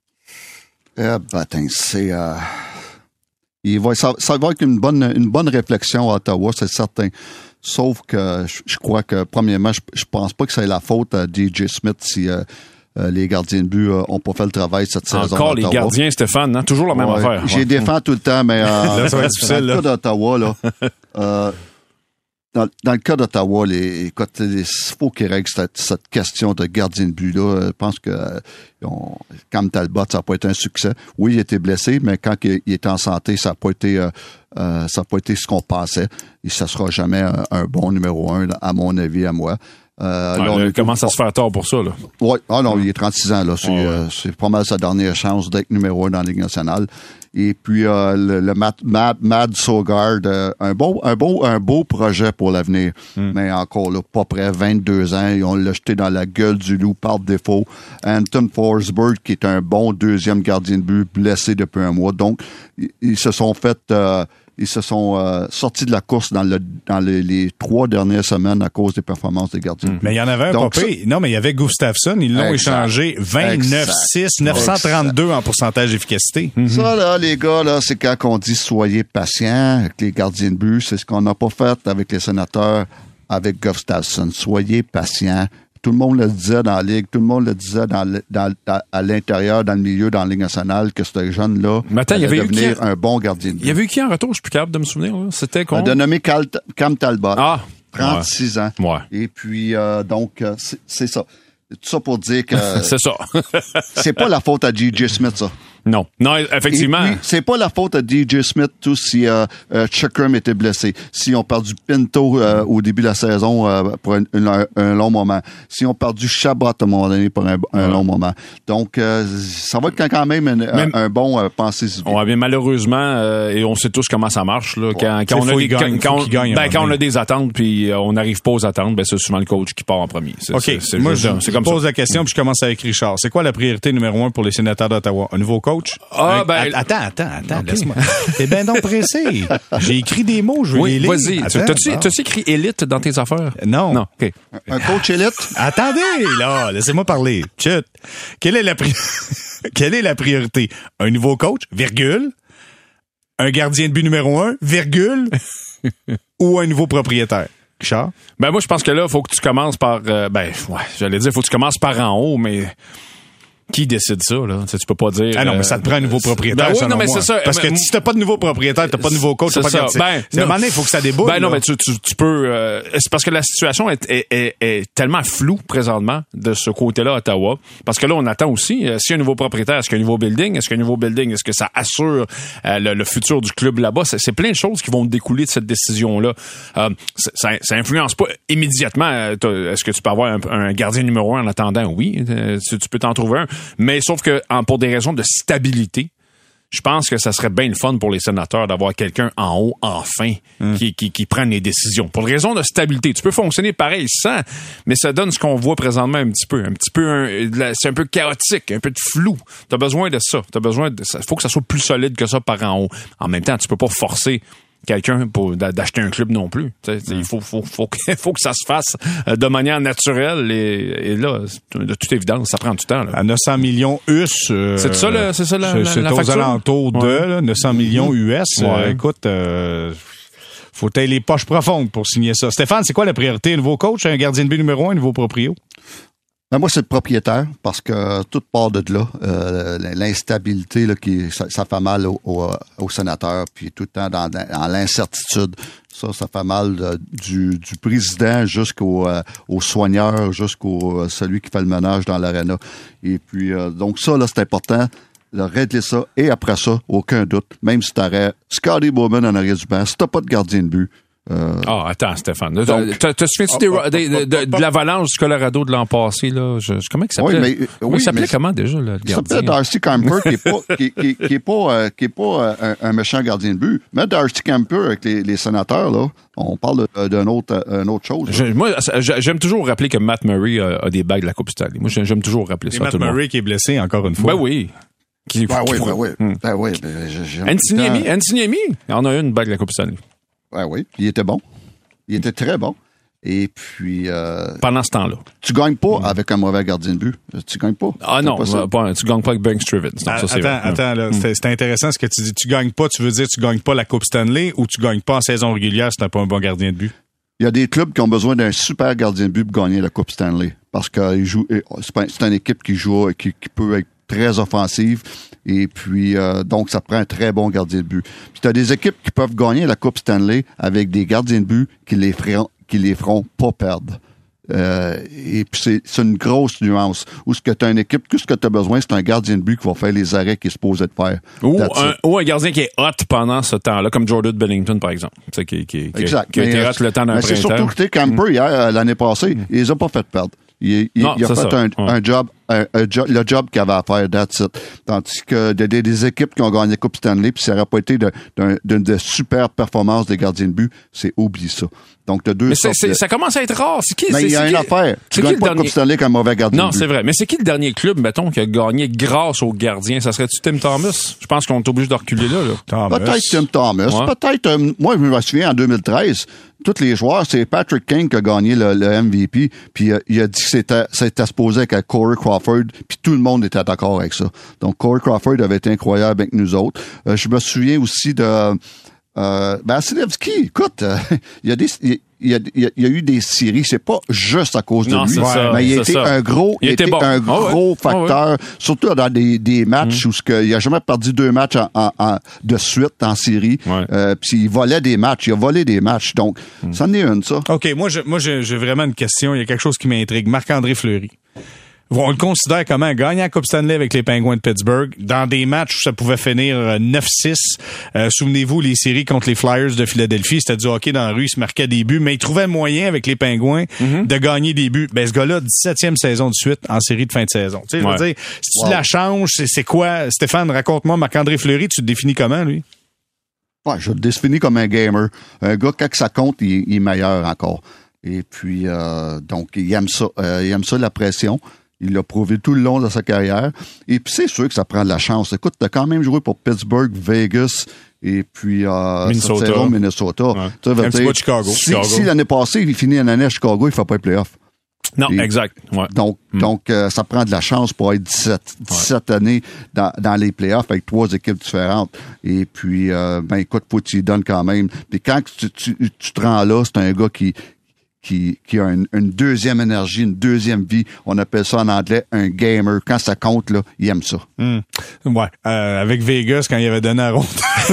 Eh ben, c'est... Euh, il va, ça, ça va être une bonne, une bonne réflexion à Ottawa, c'est certain. Sauf que je, je crois que, premièrement, je, je pense pas que c'est la faute à D J Smith si euh, euh, les gardiens de but euh, ont pas fait le travail cette Encore saison. Encore les gardiens, Stéphane, hein? Toujours la même ouais, affaire. J'ai ouais. défend tout le temps, mais euh, là, ça va être difficile, dans le cas d'Ottawa, là, euh, Dans, dans le cas d'Ottawa, les, écoute, il faut qu'ils règlent cette, cette question de gardien de but-là. Je pense que euh, on, Cam Talbot, ça n'a pas été un succès. Oui, il était blessé, mais quand il, il était en santé, ça n'a pas été euh, euh, ça n'a pas été ce qu'on pensait. Et ça sera jamais un, un bon numéro un, à mon avis, à moi. Euh, ouais, là, là, il commence à se faire tort pour ça, là. Oui, ah non, il est trente-six ans, là. C'est, ouais, ouais. euh, c'est pas mal sa dernière chance d'être numéro un dans la Ligue nationale. Et puis, euh, le, le Matt, Matt, Mad Sogard, euh, un beau, un beau, un beau projet pour l'avenir. Mm. Mais encore, là, pas près, vingt-deux ans, ils ont l'a jeté dans la gueule du loup par défaut. Anton Forsberg, qui est un bon deuxième gardien de but, blessé depuis un mois. Donc, ils, ils se sont fait, euh, ils se sont euh, sortis de la course dans, le, dans les, les trois dernières semaines à cause des performances des gardiens de but. Mais il y en avait un Donc, popé. Non, mais il y avait Gustafsson. Ils l'ont exact. échangé vingt-neuf six, neuf cent trente-deux en pourcentage d'efficacité. Mm-hmm. Ça, là, les gars, là, c'est quand on dit soyez patients avec les gardiens de but. C'est ce qu'on n'a pas fait avec les sénateurs, avec Gustafsson. Soyez patients. Tout le monde le disait dans la Ligue, tout le monde le disait dans, le, dans, dans à l'intérieur, dans le milieu, dans la Ligue nationale, que ce jeune-là allait devenir un bon gardien de but. Il y avait eu qui en retour? Je suis plus capable de me souvenir. Là. C'était quoi? On a nommé Cal, Cam Talbot. Ah! trente-six ouais. ans. Ouais. Et puis, euh, donc, euh, c'est, c'est ça. Tout ça pour dire que... c'est ça. c'est pas la faute à D J Smith, ça. Non. Non, effectivement. Et puis, c'est pas la faute à D J Smith, tout si euh, euh, Chikrin était blessé. Si on perdu Pinto euh, au début de la saison euh, pour un, un, un long moment. Si on perdu Chabot à un moment donné pour un, un ouais. long moment. Donc, euh, ça va être quand même un, même, un, un bon euh, pensée. Ouais, bien malheureusement, euh, et on sait tous comment ça marche, là, quand, ouais. quand, on a, des, gagne, quand, quand, gagne, ben, quand on a des attentes puis euh, on n'arrive pas aux attentes, ben, c'est souvent le coach qui part en premier. C'est, OK. C'est, c'est Moi, juste, je, c'est je comme pose ça. la question puis je commence avec Richard. C'est quoi la priorité numéro un pour les sénateurs d'Ottawa? Un nouveau coach? Ah, un, ben, attends, attends, attends, okay. Laisse-moi. T'es bien donc pressé. J'ai écrit des mots, je veux oui, les lire. Vas-y. Attends, t'as-tu, bon. t'as-tu écrit élite dans tes affaires? Non. Non. OK. Un coach élite? Attendez, là, laissez-moi parler. Chut. Quelle est la pri... Quelle est la priorité? Un nouveau coach, virgule. Un gardien de but numéro un, virgule. Ou un nouveau propriétaire? Richard? Ben, moi, je pense que là, il faut que tu commences par, euh, ben, ouais, j'allais dire, il faut que tu commences par en haut, mais Qui décide ça, là? Tu sais, tu peux pas dire... Ah non, mais ça te prend un nouveau propriétaire, ben oui, selon non, mais moi. c'est ça. Parce que mais, si t'as pas de nouveau propriétaire, t'as pas de nouveau coach, t'as pas de gardien. Ben, c'est un moment donné, il faut que ça déboule. Ben non, là. mais tu, tu, tu peux... Euh, c'est parce que la situation est, est, est, est tellement floue, présentement, de ce côté-là à Ottawa. Parce que là, on attend aussi, euh, s'il y a un nouveau propriétaire, est-ce qu'il y a un nouveau building? Est-ce qu'il y a un nouveau building? Est-ce que ça assure euh, le, le futur du club là-bas? C'est, c'est plein de choses qui vont découler de cette décision-là. Euh, ça, ça influence pas immédiatement. Euh, est-ce que tu peux avoir un, un gardien numéro un en attendant? Oui, euh, tu, tu peux t'en trouver un. Mais sauf que en, pour des raisons de stabilité, je pense que ça serait bien le fun pour les sénateurs d'avoir quelqu'un en haut, enfin, mmh. qui, qui, qui prenne les décisions. Pour des raisons de stabilité. Tu peux fonctionner pareil sans, mais ça donne ce qu'on voit présentement un petit peu. Un petit peu, un, c'est un peu chaotique, un peu de flou. T'as besoin de ça. T'as besoin de ça. Faut que ça soit plus solide que ça par en haut. En même temps, tu peux pas forcer quelqu'un pour d'acheter un club non plus. T'sais, t'sais, il faut, faut, faut, que, faut que ça se fasse de manière naturelle et, et là, de toute évidence, ça prend du temps. Là. À neuf cents millions U S. Euh, c'est ça, là, c'est ça la, c'est, la, c'est la aux facture? alentours de ouais. là, neuf cents millions U S. Ouais. Euh, écoute, euh, faut être les poches profondes pour signer ça. Stéphane, c'est quoi la priorité? Un nouveau coach, un gardien de but numéro un, un nouveau proprio? Ben moi, c'est le propriétaire, parce que tout part de là. Euh, l'instabilité, là, qui, ça, ça fait mal aux au, au sénateurs, puis tout le temps dans, dans l'incertitude. Ça, ça fait mal de, du, du président jusqu'au euh, au soigneur, jusqu'au euh, celui qui fait le ménage dans l'aréna. Et puis, euh, donc ça, là, c'est important de régler ça. Et après ça, aucun doute, même si t'aurais Scotty Bowman en arrière du banc, si t'as pas de gardien de but, Euh, ah, oh, attends, Stéphane. Donc, te, te souviens-tu des, des, de, de, de l'avalanche du Colorado de l'an passé, là? Je, comment il s'appelait? Oui, mais, oui, il s'appelait comment déjà, le il gardien? s'appelait Darcy Camper, qui est pas, qui, qui, qui est pas, euh, qui est pas euh, un, un méchant gardien de but. Mais Darcy Camper avec les, les sénateurs, là, on parle de, d'une autre, une autre chose. Je, moi, j'aime toujours rappeler que Matt Murray a, a des bagues de la Coupe Stanley. Moi, j'aime toujours rappeler Et ça. Matt tout le monde. Murray qui est blessé encore une fois. Ben oui. Qui, ben, qui oui, pourrait... ben oui, hum. ben oui, ben oui. Antiniemi, Antiniemi, il en a une bague de la Coupe Stanley. Ben oui, il était bon. Il était très bon. Et puis... Euh, Pendant ce temps-là. Tu gagnes pas mmh. avec un mauvais gardien de but. Tu gagnes pas. Ah non, pas pas, tu gagnes pas avec Ben Strivens. Ah, ça, c'est attends, vrai. attends, là, mmh. c'est, c'est intéressant ce que tu dis. Tu gagnes pas, tu veux dire tu gagnes pas la Coupe Stanley ou tu gagnes pas en saison régulière si t'as pas un bon gardien de but? Il y a des clubs qui ont besoin d'un super gardien de but pour gagner la Coupe Stanley. Parce que il joue, c'est une équipe qui joue, qui, qui peut être très offensive. Et puis, euh, donc, ça prend un très bon gardien de but. Puis, tu as des équipes qui peuvent gagner la Coupe Stanley avec des gardiens de but qui les feront, qui les feront pas perdre. Euh, et puis, c'est, c'est une grosse nuance. Où ce que tu as une équipe, tout ce que tu as besoin, c'est un gardien de but qui va faire les arrêts qu'il est supposé de faire. Ou un, ou un gardien qui est hot pendant ce temps-là, comme Jordan Bennington, par exemple. Tu sais, qui, qui, qui, exact. qui a été mais, hot le temps d'un mais printemps. C'est surtout que Camper, mm. hier, l'année passée, mm. il les a pas fait perdre. Il, il, non, il a fait ça. Un, ouais. un job, un, un job, le job qu'il avait à faire, that's it. Tandis que des, des, des équipes qui ont gagné la Coupe Stanley, puis ça n'aurait pas été de, de, de, de super performance des gardiens de but, c'est oublie ça. Donc, t'as deux mais sortes c'est, c'est, de... ça commence à être rare. C'est qui, mais c'est, il y a c'est une qui, affaire. Tu gagnes pas de Coupe Stanley comme un mauvais gardien non, de but. c'est vrai. Mais c'est qui le dernier club, mettons, qui a gagné grâce au gardien? Ça serait-tu Tim Thomas? Je pense qu'on est obligé de reculer là. là. Thomas. Peut-être Tim Thomas. Ouais. Peut-être, euh, moi, je me souviens, en deux mille treize, tous les joueurs, c'est Patrick King qui a gagné le, le M V P, puis euh, il a dit que c'était, c'était supposé avec Corey Crawford, puis tout le monde était d'accord avec ça. Donc, Corey Crawford avait été incroyable avec nous autres. Euh, je me souviens aussi de... Euh, ben, Vasilevski, écoute, euh, il y a des... Il, Il y, a, il y a eu des séries, c'est pas juste à cause de non, lui, c'est ça, mais il a c'est été ça. un gros, il il était était bon. un gros oh ouais. facteur, oh ouais. surtout dans des, des matchs mm. où ce que, il a jamais perdu deux matchs en, en, en, de suite en série. Ouais. Euh, puis il volait des matchs, il a volé des matchs. Donc, mm. ça en est une, ça. OK, moi, je, moi j'ai, j'ai vraiment une question. Il y a quelque chose qui m'intrigue. Marc-André Fleury. On le considère comment gagner la Coupe Stanley avec les Penguins de Pittsburgh dans des matchs où ça pouvait finir neuf six. Euh, souvenez-vous, les séries contre les Flyers de Philadelphie, c'était du hockey dans la rue, il se marquait des buts, mais il trouvait le moyen avec les Penguins mm-hmm. de gagner des buts. Ben, ce gars-là, dix-septième saison de suite en série de fin de saison. Tu sais, je veux dire, si wow. tu la changes, c'est, c'est quoi? Stéphane, raconte-moi, Marc-André Fleury, tu te définis comment, lui? Ouais, je le définis comme un gamer. Un gars, quand ça compte, il, il est meilleur encore. Et puis, euh, donc, il aime ça. Euh, il aime ça, la pression. Il l'a prouvé tout le long de sa carrière. Et puis, c'est sûr que ça prend de la chance. Écoute, t'as quand même joué pour Pittsburgh, Vegas, et puis euh, Minnesota. Saison, Minnesota. Ouais. Tu sais, un petit peu de Chicago. Si, Chicago. si l'année passée, il finit une année à Chicago, il ne fait pas les playoffs. Non, et exact. Ouais. Donc, mm. donc euh, ça prend de la chance pour être dix-sept, dix-sept ouais. années dans, dans les playoffs avec trois équipes différentes. Et puis, euh, ben écoute, faut que tu y donnes quand même. Puis quand tu, tu, tu te rends là, c'est un gars qui qui, qui a une, une deuxième énergie, une deuxième vie. On appelle ça en anglais un gamer. Quand ça compte, là, il aime ça. Mmh. Ouais. Euh, avec Vegas, quand il avait donné la ronde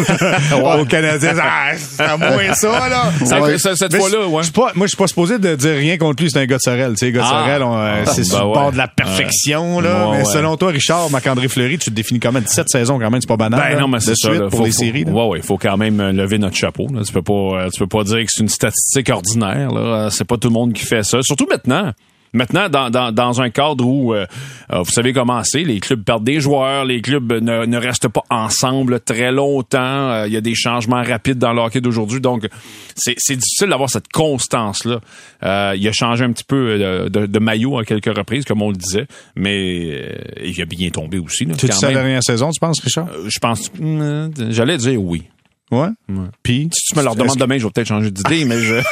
aux Canadiens, ah, c'est à moins ça, là. Ça, Ouais. ça, cette Mais fois-là, ouais. je suis pas, moi, je suis pas supposé de dire rien contre lui. C'est un gars de Sorel. Tu sais, gars de Ah. Sorel, on, euh, c'est Ben sur le ouais. bord de la perfection, là. Ouais, mais ouais. selon toi, Richard, Marc-André Fleury, tu te définis quand même dix-sept saisons, quand même, c'est pas banal. Ben là, non, mais de c'est ça. suite Là, pour faut, les faut, séries. Là. Ouais, ouais, il faut quand même lever notre chapeau. Là. Tu peux pas, euh, tu peux pas dire que c'est une statistique ordinaire. Là. C'est pas tout le monde qui fait ça. Surtout maintenant. Maintenant, dans, dans, dans un cadre où, euh, vous savez comment c'est, les clubs perdent des joueurs, les clubs ne, ne restent pas ensemble très longtemps, il euh, y a des changements rapides dans le hockey d'aujourd'hui, donc c'est, c'est difficile d'avoir cette constance-là. Euh, il a changé un petit peu de, de, de maillot à quelques reprises, comme on le disait, mais euh, il a bien tombé aussi. Là, Tu quand dis sa même. dernière saison, tu penses, Richard? Euh, Je pense, euh, j'allais dire oui. Ouais. Puis, Si tu me leur demandes demain, je vais peut-être changer d'idée, mais je.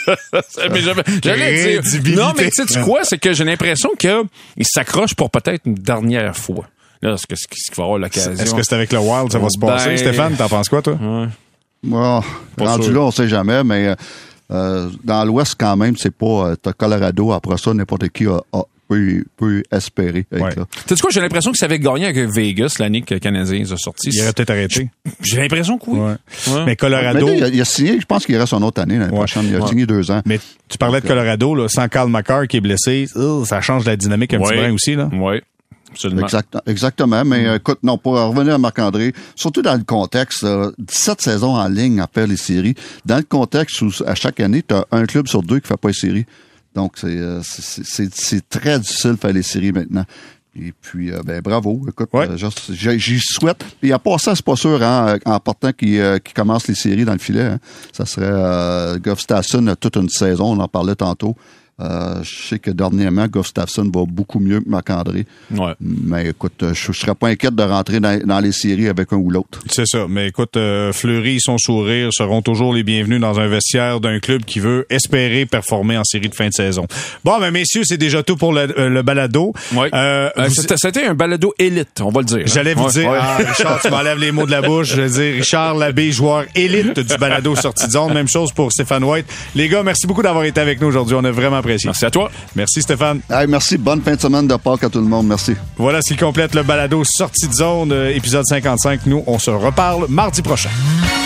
mais je- j'allais Crédibilité. dire. Non, mais tu sais quoi, c'est que j'ai l'impression qu'il s'accroche pour peut-être une dernière fois. Là, est-ce que- est-ce qu'il va avoir l'occasion? est-ce que c'est avec le Wild, ça va se passer? Ben- Stéphane, t'en penses quoi, toi? Ouais. Bon, Pas rendu sûr. là, on sait jamais, mais euh, dans l'Ouest, quand même, c'est pas... Euh, t'as Colorado, après ça, n'importe qui a, a- peut, peut espérer être Ouais. là. Tu sais quoi, j'ai l'impression que ça avait gagné avec Vegas l'année que le Canadien les a sortis. Il aurait peut-être arrêté. J'ai l'impression que oui. Ouais. Ouais. Mais Colorado. Mais là, il, a, il a signé, je pense qu'il reste une autre année l'année Ouais. prochaine. Il a Ouais. signé deux ans. Mais tu parlais de Colorado, là, sans Carl McCarr qui est blessé, euh, ça change la dynamique un petit Ouais. brin aussi, là. Oui, absolument. Exact, exactement. Mais euh, écoute, non, pour revenir à Marc-André, surtout dans le contexte, euh, dix-sept saisons en ligne à faire les séries, dans le contexte où à chaque année, tu as un club sur deux qui fait pas les séries. Donc, c'est, euh, c'est, c'est, c'est très difficile de faire les séries maintenant. Et puis, euh, ben bravo. Écoute, Ouais. euh, juste, j'y j'y souhaite. Et à part ça, c'est pas sûr, hein, en partant qu'il euh, qu'il commence les séries dans le filet. Hein. Ça serait euh, Gustafsson a toute une saison, on en parlait tantôt. Euh, je sais que dernièrement, Gustafsson va beaucoup mieux que Marc-André. Ouais. Mais écoute, je, je serais pas inquiète de rentrer dans, dans les séries avec un ou l'autre. C'est ça. Mais écoute, euh, Fleury et son sourire seront toujours les bienvenus dans un vestiaire d'un club qui veut espérer performer en série de fin de saison. Bon, ben messieurs, c'est déjà tout pour le, euh, le balado. Ouais. Euh, Euh, vous- c'était, c'était un balado élite, on va le dire. J'allais vous Ouais. dire, Ouais. ah, Richard, tu m'enlèves les mots de la bouche. Je vais dire Richard Labbé, joueur élite du balado sortie de zone. Même chose pour Stéphane White. Les gars, merci beaucoup d'avoir été avec nous aujourd'hui. On a vraiment apprécié. Merci à toi. Merci Stéphane. Hey, merci, bonne fin de semaine de Pâques à tout le monde. Merci. Voilà ce qui complète le balado sortie de zone, euh, épisode cinquante-cinq. Nous, on se reparle mardi prochain.